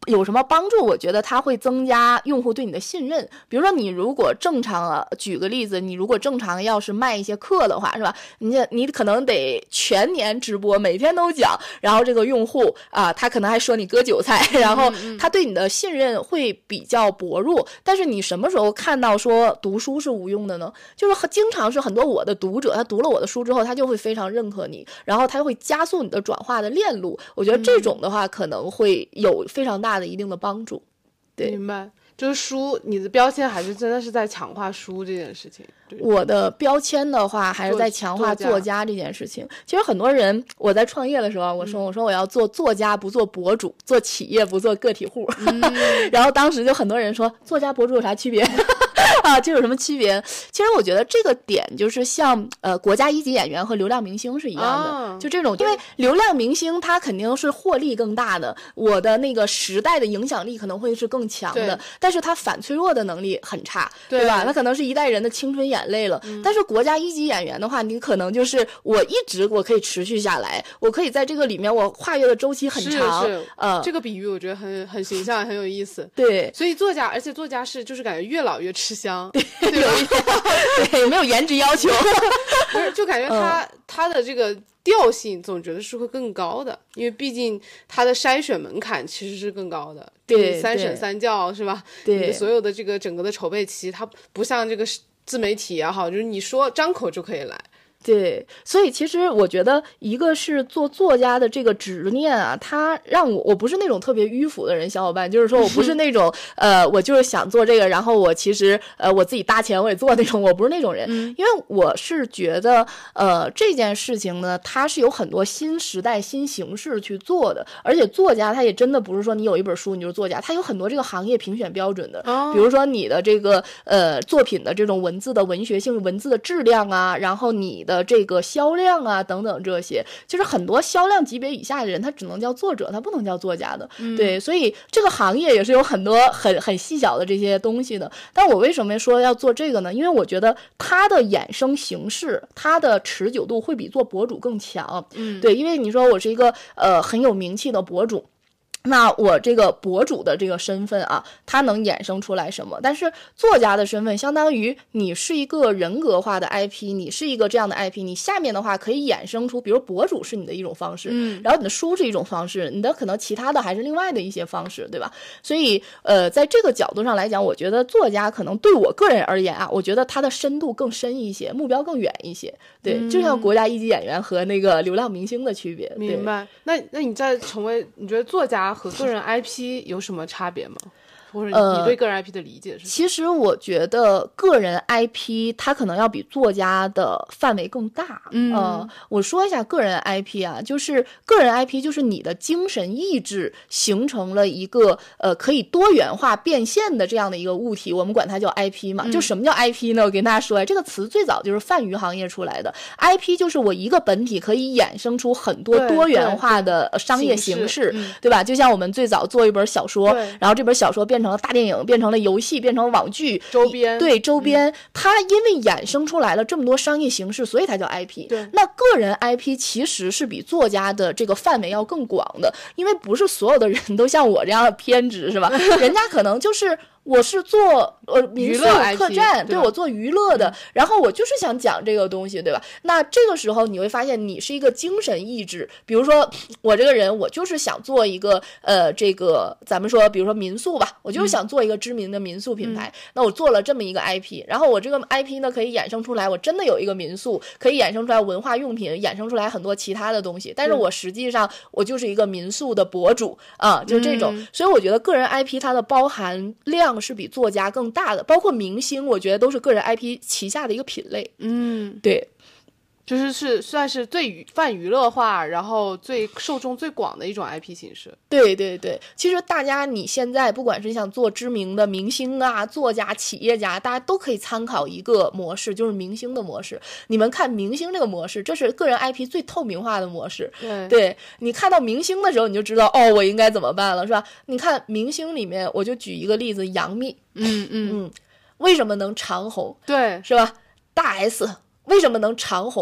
有什么帮助？我觉得它会增加用户对你的信任。比如说你如果正常举个例子，你如果正常要是卖一些课的话，是吧？你可能得全年直播，每天都讲，然后这个用户他可能还说你割韭菜，然后他对你的信任会比较薄弱。但是你什么时候看到说读书是无用的呢？就是经常是很多我的读者，他读了我的书之后，他就会非常认可你，然后他会加速你的转化的链路。我觉得这种的话可能会有非常大的一定的帮助。对， 明白。就是书，你的标签还是真的是在强化书这件事情。 我的标签的话还是在强化作家这件事情。其实很多人，我在创业的时候，我说我要做作家不做博主，做企业不做个体户。然后当时就很多人说，作家博主有啥区别？这有什么区别？其实我觉得这个点就是像国家一级演员和流量明星是一样的，就这种，因为流量明星他肯定是获利更大的，我的那个时代的影响力可能会是更强的，但是他反脆弱的能力很差，对吧？他可能是一代人的青春眼泪了。但是国家一级演员的话，你可能就是我可以持续下来，我可以在这个里面我跨越的周期很长。 这个比喻我觉得很形象，很有意思。 对， 所以而且作家是就是感觉越老越吃香。 对，没有颜值要求。 不是，就感觉他的这个调性总觉得是会更高的，因为毕竟他的筛选门槛其实是更高的。 对， 三审三校是吧？ 对， 你的所有的这个整个的筹备期，它不像这个自媒体也好，就是你说张口就可以来。 对，所以其实我觉得一个是做作家的这个执念啊，它让我不是那种特别迂腐的人，小伙伴，就是说我不是那种我就是想做这个，然后我其实我自己搭钱我也做那种，我不是那种人。因为我是觉得这件事情呢，它是有很多新时代新形式去做的，而且作家他也真的不是说你有一本书你就是作家，他有很多这个行业评选标准的。比如说你的这个作品的这种文字的文学性、文字的质量啊，然后你的这个销量啊等等，这些就是很多销量级别以下的人他只能叫作者，他不能叫作家的。对，所以这个行业也是有很多很细小的这些东西的。但我为什么说要做这个呢？因为我觉得它的衍生形式，它的持久度会比做博主更强。对，因为你说我是一个很有名气的博主，那我这个博主的这个身份啊，它能衍生出来什么？但是作家的身份相当于你是一个人格化的 IP， 你是一个这样的 IP， 你下面的话可以衍生出，比如博主是你的一种方式，然后你的书是一种方式，你的可能其他的还是另外的一些方式，对吧？所以在这个角度上来讲，我觉得作家可能对我个人而言啊，我觉得他的深度更深一些，目标更远一些。对，就像国家一级演员和那个流量明星的区别。 明白。那你在成为，你觉得作家和个人 IP 有什么差别吗？或者你对个人 IP 的理解是？ 其实我觉得个人 IP 它可能要比作家的范围更大。我说一下个人 IP 啊，就是个人 IP 就是你的精神意志形成了一个可以多元化变现的这样的一个物体，我们管它叫 IP 嘛。就什么叫 IP 呢？我跟大家说呀，这个词最早就是泛娱行业出来的。IP 就是我一个本体可以衍生出很多多元化的商业形式，对吧？就像我们最早做一本小说，然后这本小说变成了大电影，变成了游戏，变成了网剧周边， 对周边，它因为衍生出来了这么多商业形式，所以它叫 IP。那个人 IP 其实是比作家的这个范围要更广的，因为不是所有的人都像我这样的偏执，是吧？人家可能就是我是做民宿客栈，对，我做娱乐的，然后我就是想讲这个东西，对吧？那这个时候你会发现你是一个精神意志，比如说我这个人我就是想做一个这个咱们说比如说民宿吧，我就是想做一个知名的民宿品牌，那我做了这么一个 IP， 然后我这个 IP 呢可以衍生出来我真的有一个民宿，可以衍生出来文化用品，衍生出来很多其他的东西，但是我实际上我就是一个民宿的博主啊，就这种。所以我觉得个人 IP 它的包含量是比作家更大的，包括明星我觉得都是个人 IP 旗下的一个品类。对， 就是算是最泛娱乐化，然后最受众最广的一种 IP 形式。 对对对，其实大家你现在不管是想做知名的明星啊、作家、企业家，大家都可以参考一个模式，就是明星的模式。你们看明星这个模式，这是个人 IP 最透明化的模式。对，你看到明星的时候，你就知道哦，我应该怎么办了，是吧？你看明星里面，我就举一个例子，杨幂，为什么能长红？ 对， 是吧？大 S 为什么能长红？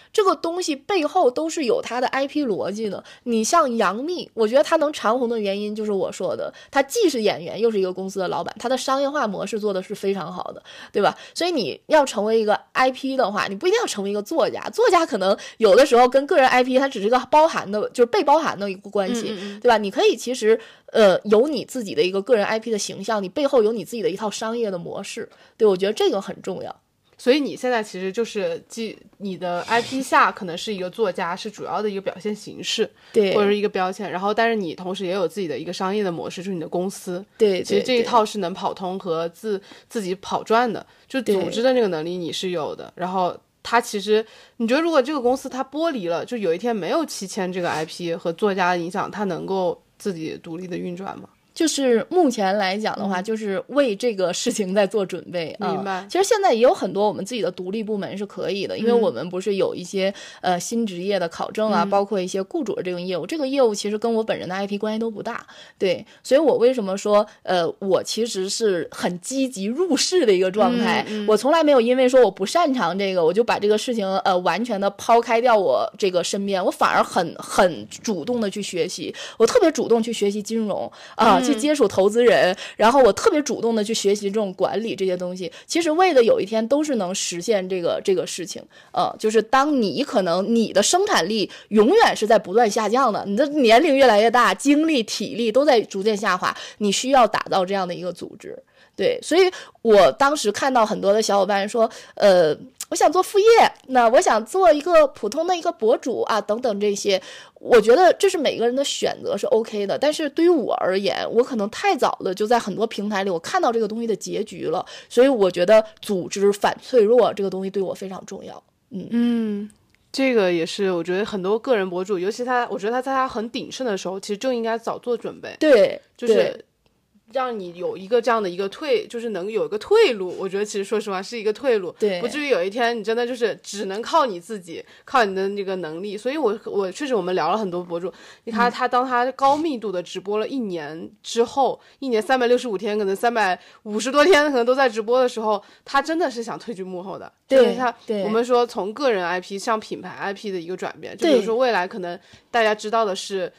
这个东西背后都是有它的 IP 逻辑的。你像杨幂，我觉得她能长红的原因就是我说的，她既是演员又是一个公司的老板，她的商业化模式做的是非常好的，对吧？所以你要成为一个 IP 的话，你不一定要成为一个作家，作家可能有的时候跟个人 IP 它只是一个包含的，就是被包含的一个关系，对吧？你可以其实有你自己的一个个人 IP 的形象，你背后有你自己的一套商业的模式，对，我觉得这个很重要。 所以你现在其实就是你的 IP 下可能是一个作家，是主要的一个表现形式， 对， 或者是一个标签，然后但是你同时也有自己的一个商业的模式，就是你的公司， 对， 其实这一套是能跑通和自己跑转的，就组织的那个能力你是有的。然后它其实你觉得如果这个公司它剥离了，就有一天没有7000这个 IP 和作家的影响，它能够自己独立的运转吗？ 就是目前来讲的话，就是为这个事情在做准备。 明白。 其实现在也有很多我们自己的独立部门是可以的，因为我们不是有一些新职业的考证啊，包括一些雇主的这种业务，这个业务其实跟我本人的 IP 关系都不大。对，所以我为什么说我其实是很积极入世的一个状态，我从来没有因为说我不擅长这个，我就把这个事情完全的抛开掉我这个身边，我反而很主动的去学习，我特别主动去学习金融去接触投资人，然后我特别主动的去学习这种管理这些东西，其实为了有一天都是能实现这个事情。就是当你可能你的生产力永远是在不断下降的，你的年龄越来越大，精力体力都在逐渐下滑，你需要打造这样的一个组织。对，所以我当时看到很多的小伙伴说我想做副业，那我想做一个普通的一个博主啊，等等这些，我觉得这是每个人的选择是 OK 的，但是对于我而言，我可能太早了就在很多平台里我看到这个东西的结局了，所以我觉得组织反脆弱这个东西对我非常重要。 这个也是我觉得很多个人博主，尤其我觉得他在他很鼎盛的时候，其实正应该早做准备。 对， 就是让你有一个这样的一个就是能有一个退路，我觉得其实说实话是一个退路， 对， 不至于有一天你真的就是只能靠你自己，靠你的那个能力。所以我确实我们聊了很多博主，他当他高密度的直播了1年之后，一年365天，可能350多天可能都在直播的时候，他真的是想退居幕后的。 对， 我们说从个人 IP 向品牌 IP 的一个转变，就比如说未来可能大家知道的是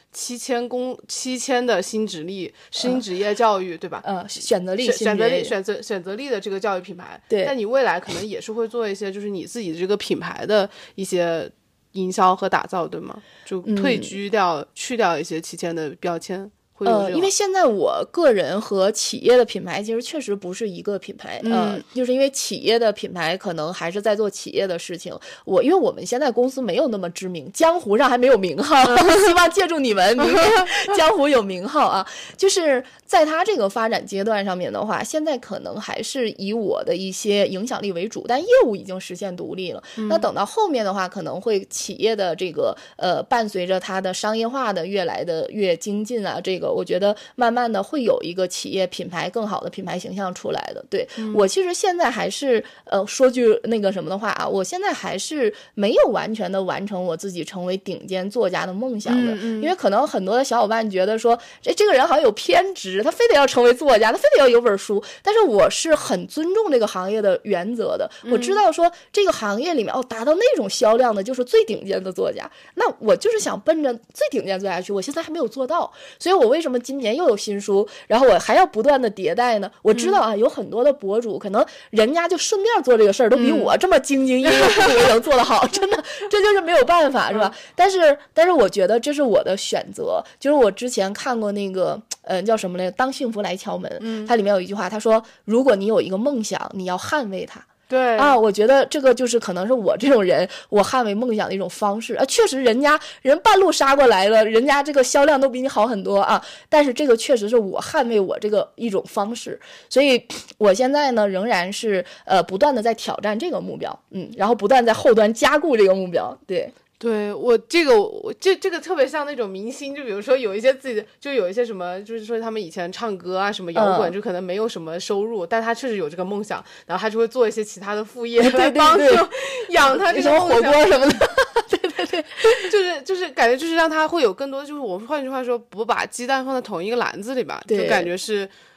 7000的新职业教育，对吧？选择力的这个教育品牌。 对， 但你未来可能也是会做一些就是你自己这个品牌的一些营销和打造，对吗？就退居掉去掉一些7000的标签。 因为现在我个人和企业的品牌其实确实不是一个品牌，就是因为企业的品牌可能还是在做企业的事情，因为我们现在公司没有那么知名，江湖上还没有名号，希望借助你们明年江湖有名号啊。就是在他这个发展阶段上面的话，现在可能还是以我的一些影响力为主，但业务已经实现独立了。那等到后面的话，可能会企业的这个伴随着它的商业化的越来的越精进啊，这个我觉得慢慢的会有一个企业品牌更好的品牌形象出来的。对，我其实现在还是说句那个什么的话啊，我现在还是没有完全的完成我自己成为顶尖作家的梦想的。因为可能很多的小伙伴觉得说这个人好像有偏执，他非得要成为作家，他非得要有本书，但是我是很尊重这个行业的原则的。我知道说这个行业里面达到那种销量的就是最顶尖的作家，那我就是想奔着最顶尖作家去，我现在还没有做到，所以我为什么今年又有新书，然后我还要不断的迭代呢？我知道啊，有很多的博主可能人家就顺便做这个事儿都比我这么兢兢业业能做得好，真的这就是没有办法，是吧？但是我觉得这是我的选择，就是我之前看过那个叫什么来着，当幸福来敲门，它里面有一句话，他说如果你有一个梦想，你要捍卫它。 对啊，我觉得这个就是可能是我这种人，我捍卫梦想的一种方式啊。确实，人半路杀过来了，人家这个销量都比你好很多啊。但是这个确实是我捍卫我这个一种方式，所以我现在呢仍然是不断的在挑战这个目标，然后不断在后端加固这个目标，对。 对，我这个特别像那种明星，就比如说有一些自己的，就有一些什么，就是说他们以前唱歌啊，什么摇滚，就可能没有什么收入，但他确实有这个梦想，然后他就会做一些其他的副业来帮助养他这个梦想， 火锅什么的。 对，就是感觉就是让他会有更多，就是我们换句话说，不把鸡蛋放在同一个篮子里吧，就感觉是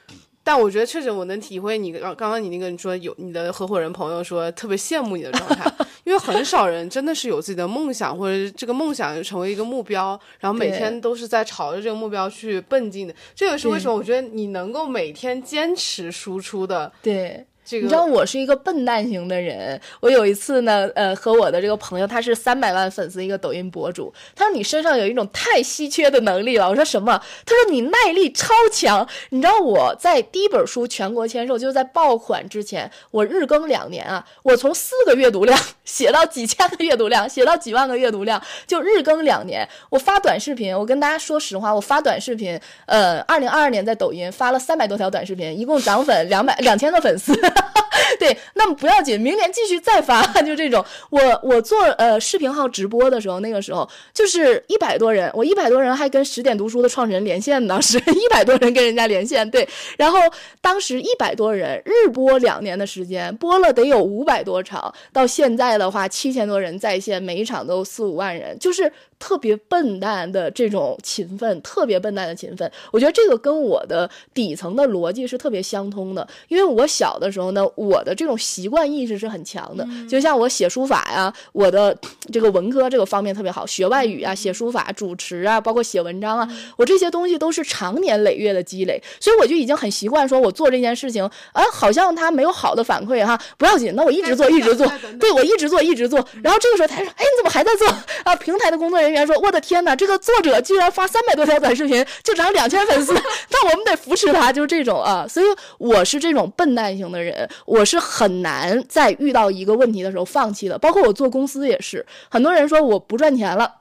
但我觉得确实我能体会你刚刚你那个你说有你的合伙人朋友说特别羡慕你的状态，因为很少人真的是有自己的梦想，或者这个梦想成为一个目标，然后每天都是在朝着这个目标去奔进的。这个是为什么我觉得你能够每天坚持输出的。 对。你知道我是一个笨蛋型的人，我有一次呢，和我的这个朋友，他是300万粉丝一个抖音博主，他说你身上有一种太稀缺的能力了。我说什么？他说你耐力超强。你知道我在第一本书全国签售，就是在爆款之前，我日更2年啊，我从4个阅读量写到几千个阅读量，写到几万个阅读量，就日更2年。我发短视频，我跟大家说实话，我发短视频，2022年在抖音发了300多条短视频，一共涨粉2000个粉丝。对，那么不要紧，明年继续再发，就这种。我做视频号直播的时候，那个时候就是100多人，我100多人还跟10点读书的创始人连线，当时100多人跟人家连线，对。然后当时100多人日播2年的时间，播了得有500多场，到现在的话7000多人在线，每一场都4-5万人，就是特别笨蛋的这种勤奋，特别笨蛋的勤奋。我觉得这个跟我的底层的逻辑是特别相通的，因为我小的时候呢，我的这种习惯意识是很强的，就像我写书法呀，我的这个文科这个方面特别好，学外语啊，写书法、主持啊，包括写文章啊，我这些东西都是长年累月的积累，所以我就已经很习惯说我做这件事情好像它没有好的反馈哈，不要紧，那我一直做一直做，对，我一直做一直做。然后这个时候他说哎，你怎么还在做啊？平台的工作人员说我的天哪，这个作者居然发300多条短视频就涨2000粉丝，那我们得扶持他，就是这种啊。所以我是这种笨蛋型的人，我是很难在遇到一个问题的时候放弃的。包括我做公司也是，很多人说我不赚钱了，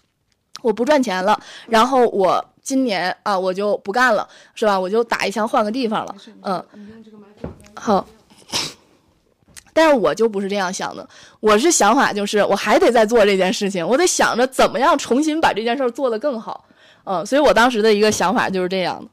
然后我今年啊我就不干了，是吧？我就打一枪换个地方了。好。但是我就不是这样想的，我是想法就是我还得再做这件事情，我得想着怎么样重新把这件事做得更好。所以我当时的一个想法就是这样的。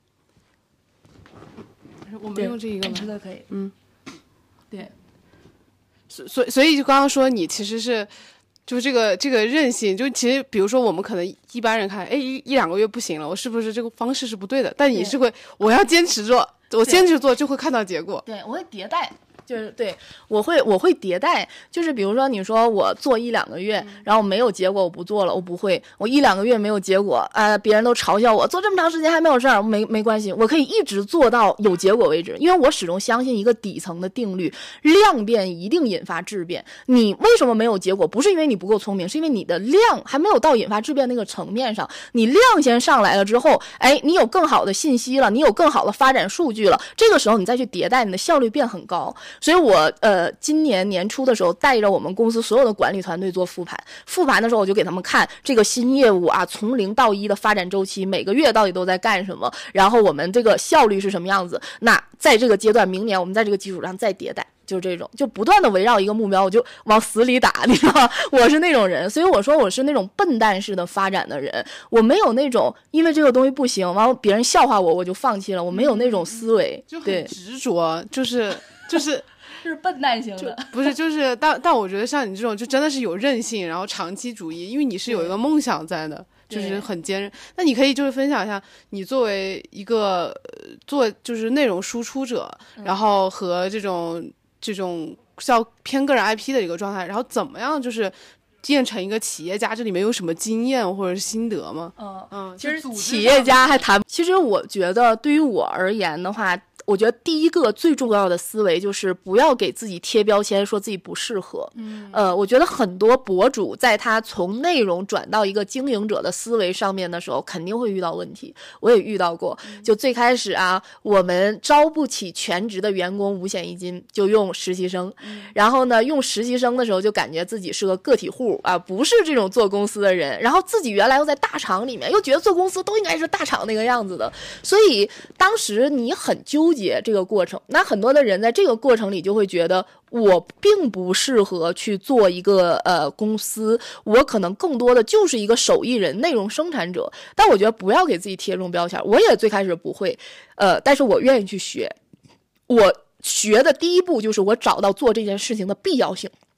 我们用这一个吗？ 这个可以。对。 所以就刚刚说你其实是就这个韧性，就其实比如说我们可能一般人看1-2个月不行了，我是不是这个方式是不对的，但你是会我要坚持做，我坚持做就会看到结果。 对，我会迭代。就是对，我会迭代，就是比如说你说我做1-2个月，然后没有结果我不做了，我不会，我1-2个月没有结果别人都嘲笑我做这么长时间还没有事儿，没关系，我可以一直做到有结果为止，因为我始终相信一个底层的定律，量变一定引发质变。你为什么没有结果？不是因为你不够聪明，是因为你的量还没有到引发质变那个层面上，你量先上来了之后，你有更好的信息了，你有更好的发展数据了，这个时候你再去迭代，你的效率变很高。所以我今年年初的时候带着我们公司所有的管理团队做复盘的时候，我就给他们看这个新业务从0到1的发展周期，每个月到底都在干什么，然后我们这个效率是什么样子，那在这个阶段明年我们在这个基础上再迭代，就是这种，就不断的围绕一个目标我就往死里打，你知道吗？我是那种人，所以我说我是那种笨蛋式的发展的人，我没有那种因为这个东西不行完别人笑话我就放弃了，我没有那种思维， 就很执着，就是是笨蛋型的， 不是就是但我觉得像你这种就真的是有韧性，然后长期主义，因为你是有一个梦想在的，就是很坚韧。那你可以就是分享一下你作为一个就是内容输出者，然后和这种像偏个人 IP 的一个状态，然后怎么样就是变成一个企业家，这里面有什么经验或者是心得吗？ 其实企业家还谈，其实我觉得对于我而言的话，我觉得第一个最重要的思维就是不要给自己贴标签，说自己不适合。我觉得很多博主在他从内容转到一个经营者的思维上面的时候，肯定会遇到问题。我也遇到过，就最开始我们招不起全职的员工，5险1金就用实习生，然后呢，用实习生的时候就感觉自己是个个体户不是这种做公司的人，然后自己原来又在大厂里面，又觉得做公司都应该是大厂那个样子的，所以当时你很纠结这个过程。那很多的人在这个过程里就会觉得我并不适合去做一个公司，我可能更多的就是一个手艺人、内容生产者。但我觉得不要给自己贴这种标签，我也最开始不会，但是我愿意去学。我学的第一步就是我找到做这件事情的必要性。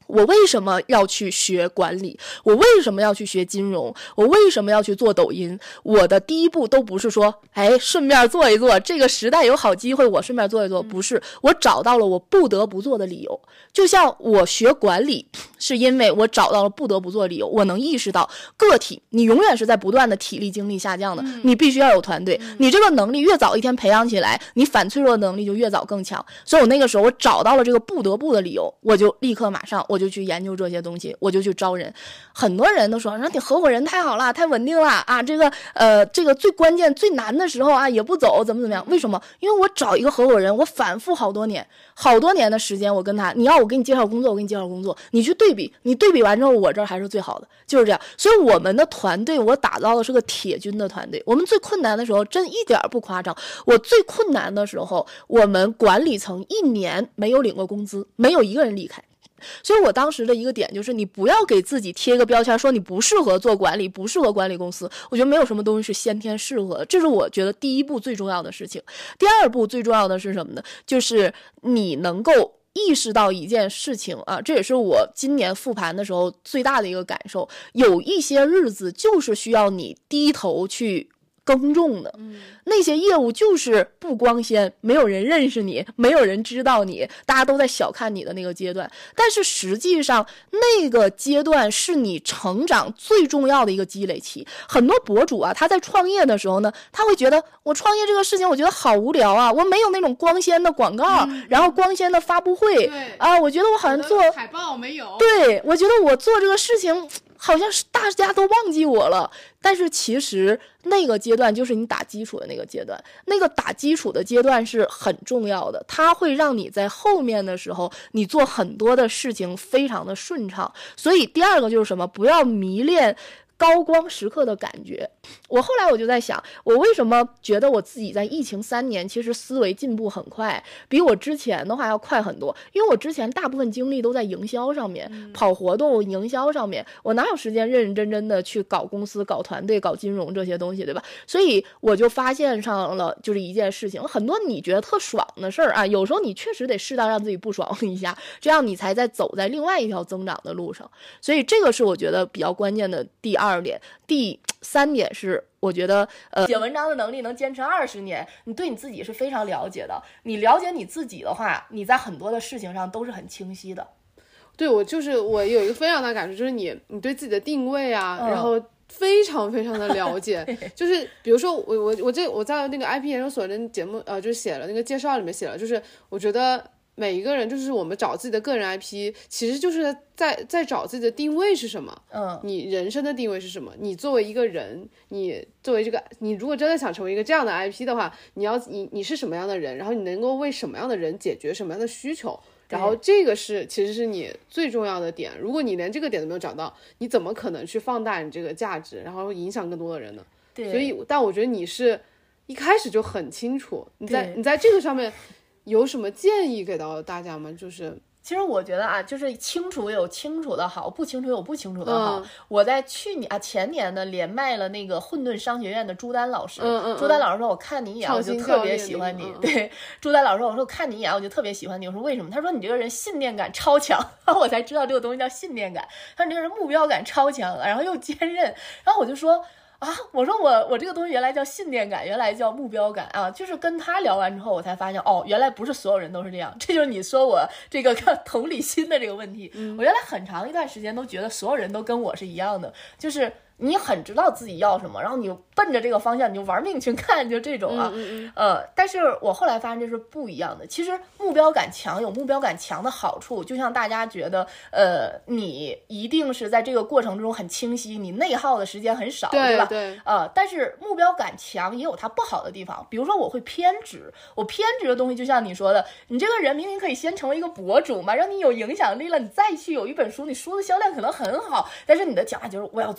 我为什么要去学管理？我为什么要去学金融？我为什么要去做抖音？我的第一步都不是说，顺便做一做，这个时代有好机会，我顺便做一做，不是，我找到了我不得不做的理由。就像我学管理，是因为我找到了不得不做的理由，我能意识到个体你永远是在不断的体力精力下降的，你必须要有团队，你这个能力越早一天培养起来，你反脆弱的能力就越早更强。所以我那个时候我找到了这个不得不的理由，我就立刻马上我就去研究这些东西，我就去招人。很多人都说你合伙人太好了，太稳定了啊，这个最关键最难的时候啊也不走，怎么样？为什么？因为我找一个合伙人，我反复好多年的时间，我跟他，你要我给你介绍工作，我给你介绍工作，你去对比，你对比完之后，我这儿还是最好的，就是这样。所以我们的团队，我打造的是个铁军的团队。我们最困难的时候，真一点不夸张，我最困难的时候，我们管理层1年没有领过工资，没有一个人离开。所以我当时的一个点就是，你不要给自己贴个标签，说你不适合做管理，不适合管理公司。我觉得没有什么东西是先天适合的，这是我觉得第一步最重要的事情。第二步最重要的是什么呢？就是你能够意识到一件事情啊，这也是我今年复盘的时候最大的一个感受。有一些日子就是需要你低头去耕种的，那些业务就是不光鲜，没有人认识你，没有人知道你，大家都在小看你的那个阶段。但是实际上那个阶段是你成长最重要的一个积累期。很多博主啊，他在创业的时候呢，他会觉得我创业这个事情我觉得好无聊啊，我没有那种光鲜的广告，然后光鲜的发布会啊，我觉得我好像做海报没有， 对，我觉得我做这个事情好像是大家都忘记我了。但是其实那个阶段就是你打基础的那个阶段，那个打基础的阶段是很重要的，它会让你在后面的时候你做很多的事情非常的顺畅。所以第二个就是什么？不要迷恋高光时刻的感觉。我后来我就在想，我为什么觉得我自己在疫情3年其实思维进步很快，比我之前的话要快很多。因为我之前大部分精力都在营销上面，跑活动营销上面，我哪有时间认认真真的去搞公司搞团队搞金融这些东西，对吧？所以我就发现上了就是一件事情，很多你觉得特爽的事儿啊，有时候你确实得适当让自己不爽一下，这样你才在走在另外一条增长的路上。所以这个是我觉得比较关键的第2点。第3点是我觉得写文章的能力能坚持20年，你对你自己是非常了解的。你了解你自己的话，你在很多的事情上都是很清晰的。 对，我有一个非常大的感受，就是你对自己的定位啊，然后非常非常的了解。就是比如说我在那个 IP 研究所的节目就写了那个介绍里面写了，就是我觉得每一个人就是我们找自己的个人 IP， 其实就是在找自己的定位是什么。你人生的定位是什么？你作为一个人，你作为你如果真的想成为一个这样的 IP 的话，你是什么样的人，然后你能够为什么样的人解决什么样的需求，然后这个其实是你最重要的点。如果你连这个点都没有找到，你怎么可能去放大你这个价值，然后影响更多的人呢？ 对， 所以但我觉得你是一开始就很清楚，你在这个上面有什么建议给到大家吗？就是其实我觉得啊，就是清楚有清楚的好，不清楚有不清楚的好。我在前年呢连麦了那个混沌商学院的朱丹老师。朱丹老师说我看你一眼我就特别喜欢你。对，朱丹老师说我看你一眼我就特别喜欢你。我说为什么？他说你这个人信念感超强。然后我才知道这个东西叫信念感。他说你这个人目标感超强，然后又坚韧。然后我就说我说我这个东西原来叫信念感，原来叫目标感啊！就是跟他聊完之后，我才发现原来不是所有人都是这样。这就是你说我这个同理心的这个问题。我原来很长一段时间都觉得所有人都跟我是一样的，就是你很知道自己要什么，然后你奔着这个方向你就玩命去干，就这种啊。但是我后来发现这是不一样的。其实目标感强有目标感强的好处，就像大家觉得你一定是在这个过程中很清晰，你内耗的时间很少，对吧？ 对。 但是目标感强也有它不好的地方，比如说我会偏执。我偏执的东西就像你说的，你这个人明明可以先成为一个博主嘛，让你有影响力了，你再去有一本书，你书的销量可能很好，但是你的讲话就是我要做一个作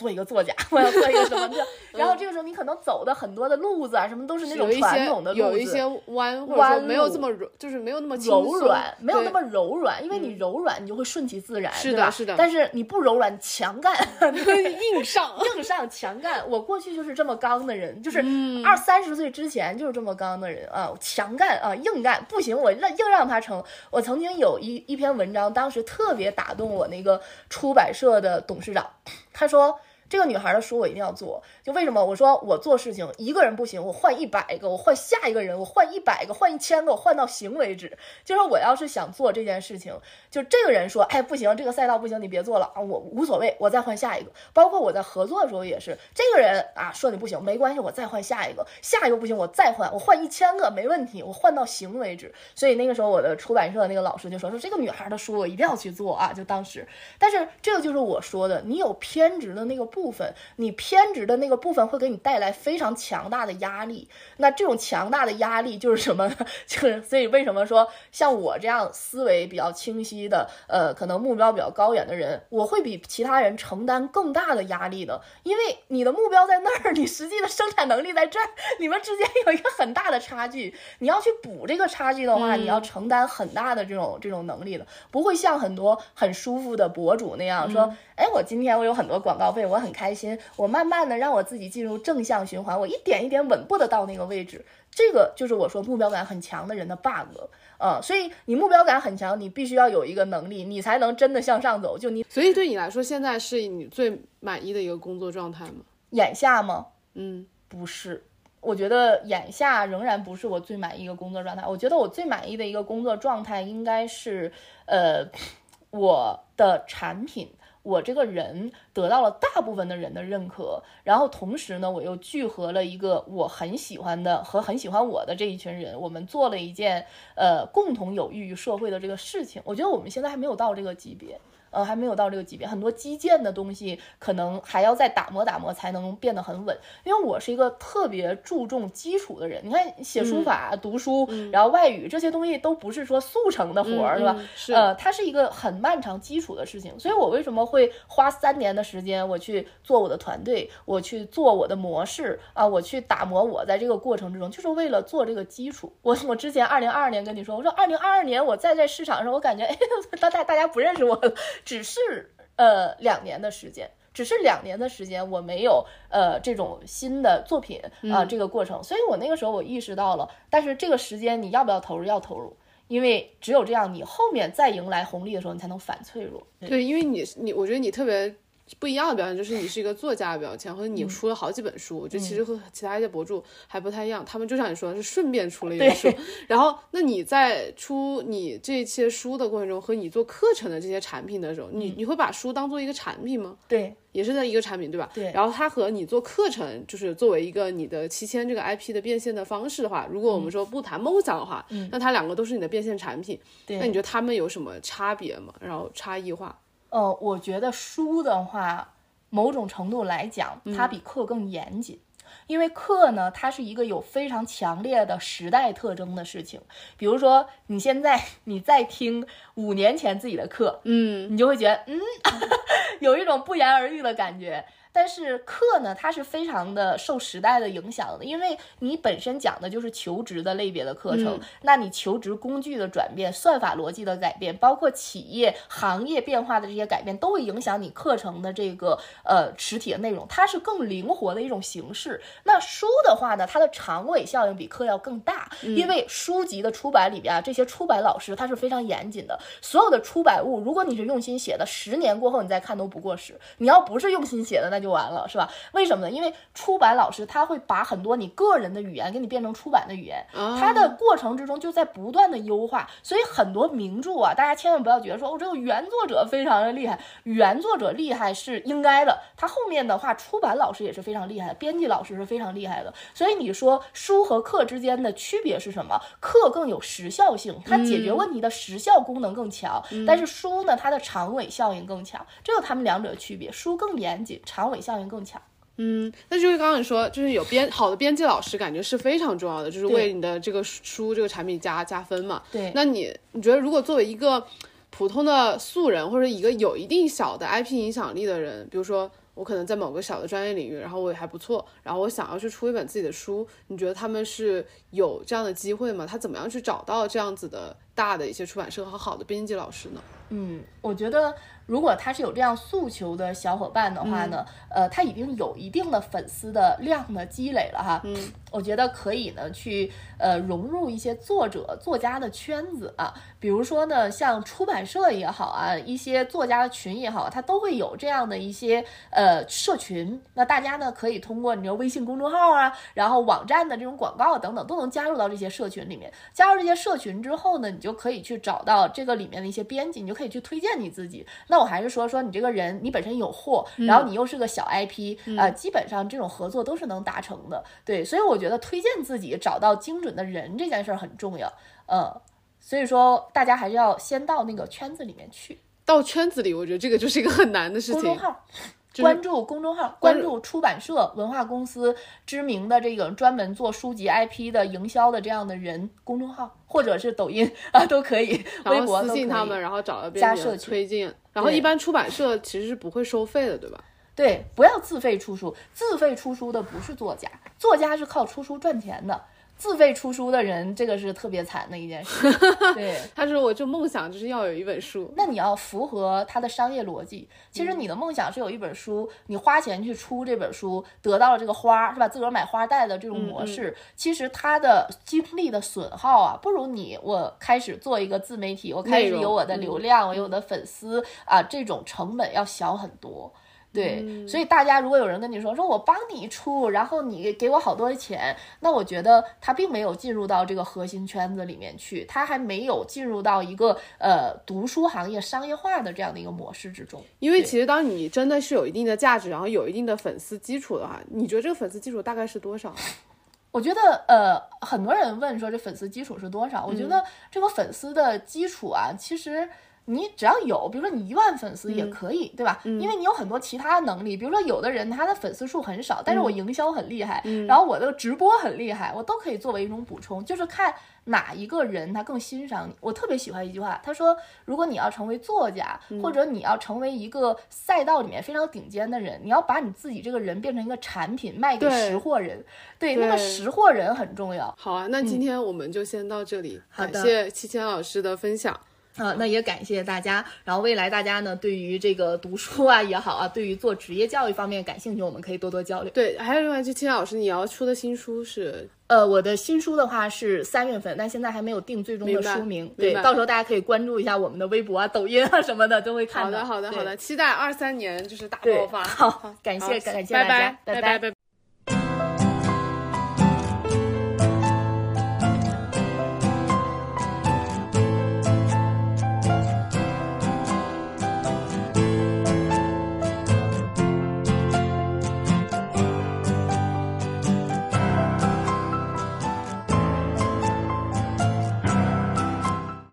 家，我要做一个什么然后这个时候你可能走的很多的路子啊什么都是那种传统的路子， 有一些弯，或者说没有这么就是没有那么柔软，没有那么柔软，因为你柔软你就会顺其自然， 是的是的， 但是你不柔软强干硬上强干。我过去就是这么刚的人，就是30岁之前就是这么刚的人啊，强干啊，硬干不行，我硬让他成。我曾经有一篇文章，当时特别打动我那个出版社的董事长，他说这个女孩的书我一定要做，就为什么？我说我做事情一个人不行，我换100个，我换下一个人，我换100个，换1000个，我换到行为止。就是我要是想做这件事情，就这个人说，哎不行，这个赛道不行，你别做了啊，我无所谓，我再换下一个。包括我在合作的时候也是，这个人啊说你不行，没关系，我再换下一个，下一个不行，我再换，我换1000个没问题，我换到行为止。所以那个时候我的出版社那个老师就说这个女孩的书我一定要去做啊，就当时。但是这个就是我说的，你有偏执的那个部分，你偏执的那个部分会给你带来非常强大的压力。那这种强大的压力就是什么呢？就是所以为什么说像我这样思维比较清晰的可能目标比较高远的人，我会比其他人承担更大的压力的。因为你的目标在那儿，你实际的生产能力在这儿，你们之间有一个很大的差距，你要去补这个差距的话，你要承担很大的这种能力的，不会像很多很舒服的博主那样说，哎，我今天我有很多广告费，我很开心，我慢慢的让我自己进入正向循环，我一点一点稳步的到那个位置。这个就是我说目标感很强的人的 bug。所以你目标感很强，你必须要有一个能力，你才能真的向上走。就你， 所以对你来说，现在是你最满意的一个工作状态吗？ 眼下吗？不是，我觉得眼下仍然不是我最满意的工作状态。我觉得我最满意的一个工作状态应该是，我的产品，我这个人得到了大部分的人的认可，然后同时呢，我又聚合了一个我很喜欢的和很喜欢我的这一群人，我们做了一件共同有益于社会的这个事情。我觉得我们现在还没有到这个级别。还没有到这个级别，很多基建的东西可能还要再打磨才能变得很稳。因为我是一个特别注重基础的人，你看写书法、读书，然后外语这些东西都不是说速成的活儿，是吧？它是一个很漫长基础的事情。所以我为什么会花3年的时间，我去做我的团队，我去做我的模式啊，我去打磨我在这个过程之中，就是为了做这个基础。我之前2022年跟你说，我说2022年我在市场上，我感觉哎，大家不认识我了。只是2年的时间，我没有这种新的作品这个过程，所以我那个时候我意识到了，但是这个时间你要不要投入？要投入，因为只有这样，你后面再迎来红利的时候，你才能反脆弱。 对，因为你，我觉得你特别不一样的表现就是你是一个作家的表现，或者你出了好几本书，我觉得其实和其他一些博主还不太一样，他们就像你说的是顺便出了一本书，然后那你在出你这些书的过程中和你做课程的这些产品的时候，你会把书当做一个产品吗？ 对， 也是在一个产品，对吧？ 对。 然后它和你做课程就是作为一个你的7000这个 IP 的变现的方式的话，如果我们说不谈梦想的话，那它2个都是你的变现产品，那你觉得他们有什么差别吗？然后差异化？ 我觉得书的话，某种程度来讲，它比课更严谨。因为课呢，它是一个有非常强烈的时代特征的事情。比如说，你现在你再听5年前自己的课，你就会觉得，有一种不言而喻的感觉。但是课呢，它是非常的受时代的影响的，因为你本身讲的就是求职的类别的课程，那你求职工具的转变、算法逻辑的改变，包括企业行业变化的这些改变，都会影响你课程的这个实体的内容，它是更灵活的一种形式。那书的话呢，它的长尾效应比课要更大，因为书籍的出版里边这些出版老师他是非常严谨的，所有的出版物，如果你是用心写的，10年过后你再看都不过时。你要不是用心写的，那就完了，是吧？为什么呢？因为出版老师他会把很多你个人的语言给你变成出版的语言，他的过程之中就在不断的优化。所以很多名著啊，大家千万不要觉得说这个原作者非常的厉害，原作者厉害是应该的，他后面的话出版老师也是非常厉害的，编辑老师是非常厉害的。所以你说书和课之间的区别是什么？课更有时效性，它解决问题的时效功能更强，但是书呢，它的长尾效应更强，这个他们2者的区别，书更严谨，长尾效应更强。 那就是刚刚你说，就是有好的编辑老师，感觉是非常重要的，就是为你的这个书这个产品加分嘛。 对， 那你觉得如果作为一个普通的素人，或者一个有一定小的 IP 影响力的人，比如说我可能在某个小的专业领域，然后我也还不错，然后我想要去出一本自己的书，你觉得他们是有这样的机会吗？他怎么样去找到这样子的大的一些出版社和好的编辑老师呢？ 我觉得如果他是有这样诉求的小伙伴的话呢，他已经有一定的粉丝的量的积累了哈。我觉得可以呢去融入一些作家的圈子啊，比如说呢像出版社也好啊，一些作家的群也好，它都会有这样的一些社群。那大家呢可以通过你的微信公众号啊，然后网站的这种广告等等，都能加入到这些社群里面。加入这些社群之后呢，你就可以去找到这个里面的一些编辑，你就可以去推荐你自己。那我还是说你这个人你本身有货，然后你又是个小 IP，基本上这种合作都是能达成的。对，所以我觉得推荐自己找到精准的人这件事很重要。所以说大家还是要先到那个圈子里面去。 到圈子里，我觉得这个就是一个很难的事情。 公众号。关注公众号，关注出版社、文化公司、知名的这个专门做书籍 IP 的营销的这样的人公众号，或者是抖音啊都可以，微博私信他们，然后找到加社群推荐。然后一般出版社其实是不会收费的，对吧？ 对，不要自费出书，自费出书的不是作家，作家是靠出书赚钱的。自费出书的人，这个是特别惨的一件事。对， 他说我就梦想就是要有一本书， 那你要符合他的商业逻辑。其实你的梦想是有一本书，你花钱去出这本书，得到了这个花，是吧？自个儿买花带的这种模式，其实它的精力的损耗啊，不如我开始做一个自媒体，我开始有我的流量，我有我的粉丝啊，这种成本要小很多。对，所以大家如果有人跟你说我帮你出，然后你给我好多钱，那我觉得他并没有进入到这个核心圈子里面去，他还没有进入到一个读书行业商业化的这样的一个模式之中。 因为其实当你真的是有一定的价值，然后有一定的粉丝基础的话，你觉得这个粉丝基础大概是多少？ 我觉得很多人问说这粉丝基础是多少，我觉得这个粉丝的基础啊，其实你只要有，比如说你1万粉丝也可以，对吧？因为你有很多其他能力，比如说有的人他的粉丝数很少，但是我营销很厉害，然后我的直播很厉害，我都可以作为一种补充，就是看哪一个人他更欣赏你。我特别喜欢一句话，他说如果你要成为作家，或者你要成为一个赛道里面非常顶尖的人，你要把你自己这个人变成一个产品卖给识货人。对，那个识货人很重要。 好啊，那今天我们就先到这里，感谢七千老师的分享。 那也感谢大家。然后未来大家呢，对于这个读书啊也好啊，对于做职业教育方面感兴趣，我们可以多多交流。 对，还有另外就七千老师你要出的新书是我的新书的话是3月份，但现在还没有定最终的书名。对，到时候大家可以关注一下我们的微博啊、抖音啊什么的，都会看到。 好的，期待23年就是大爆发。 好，感谢大家， 拜拜。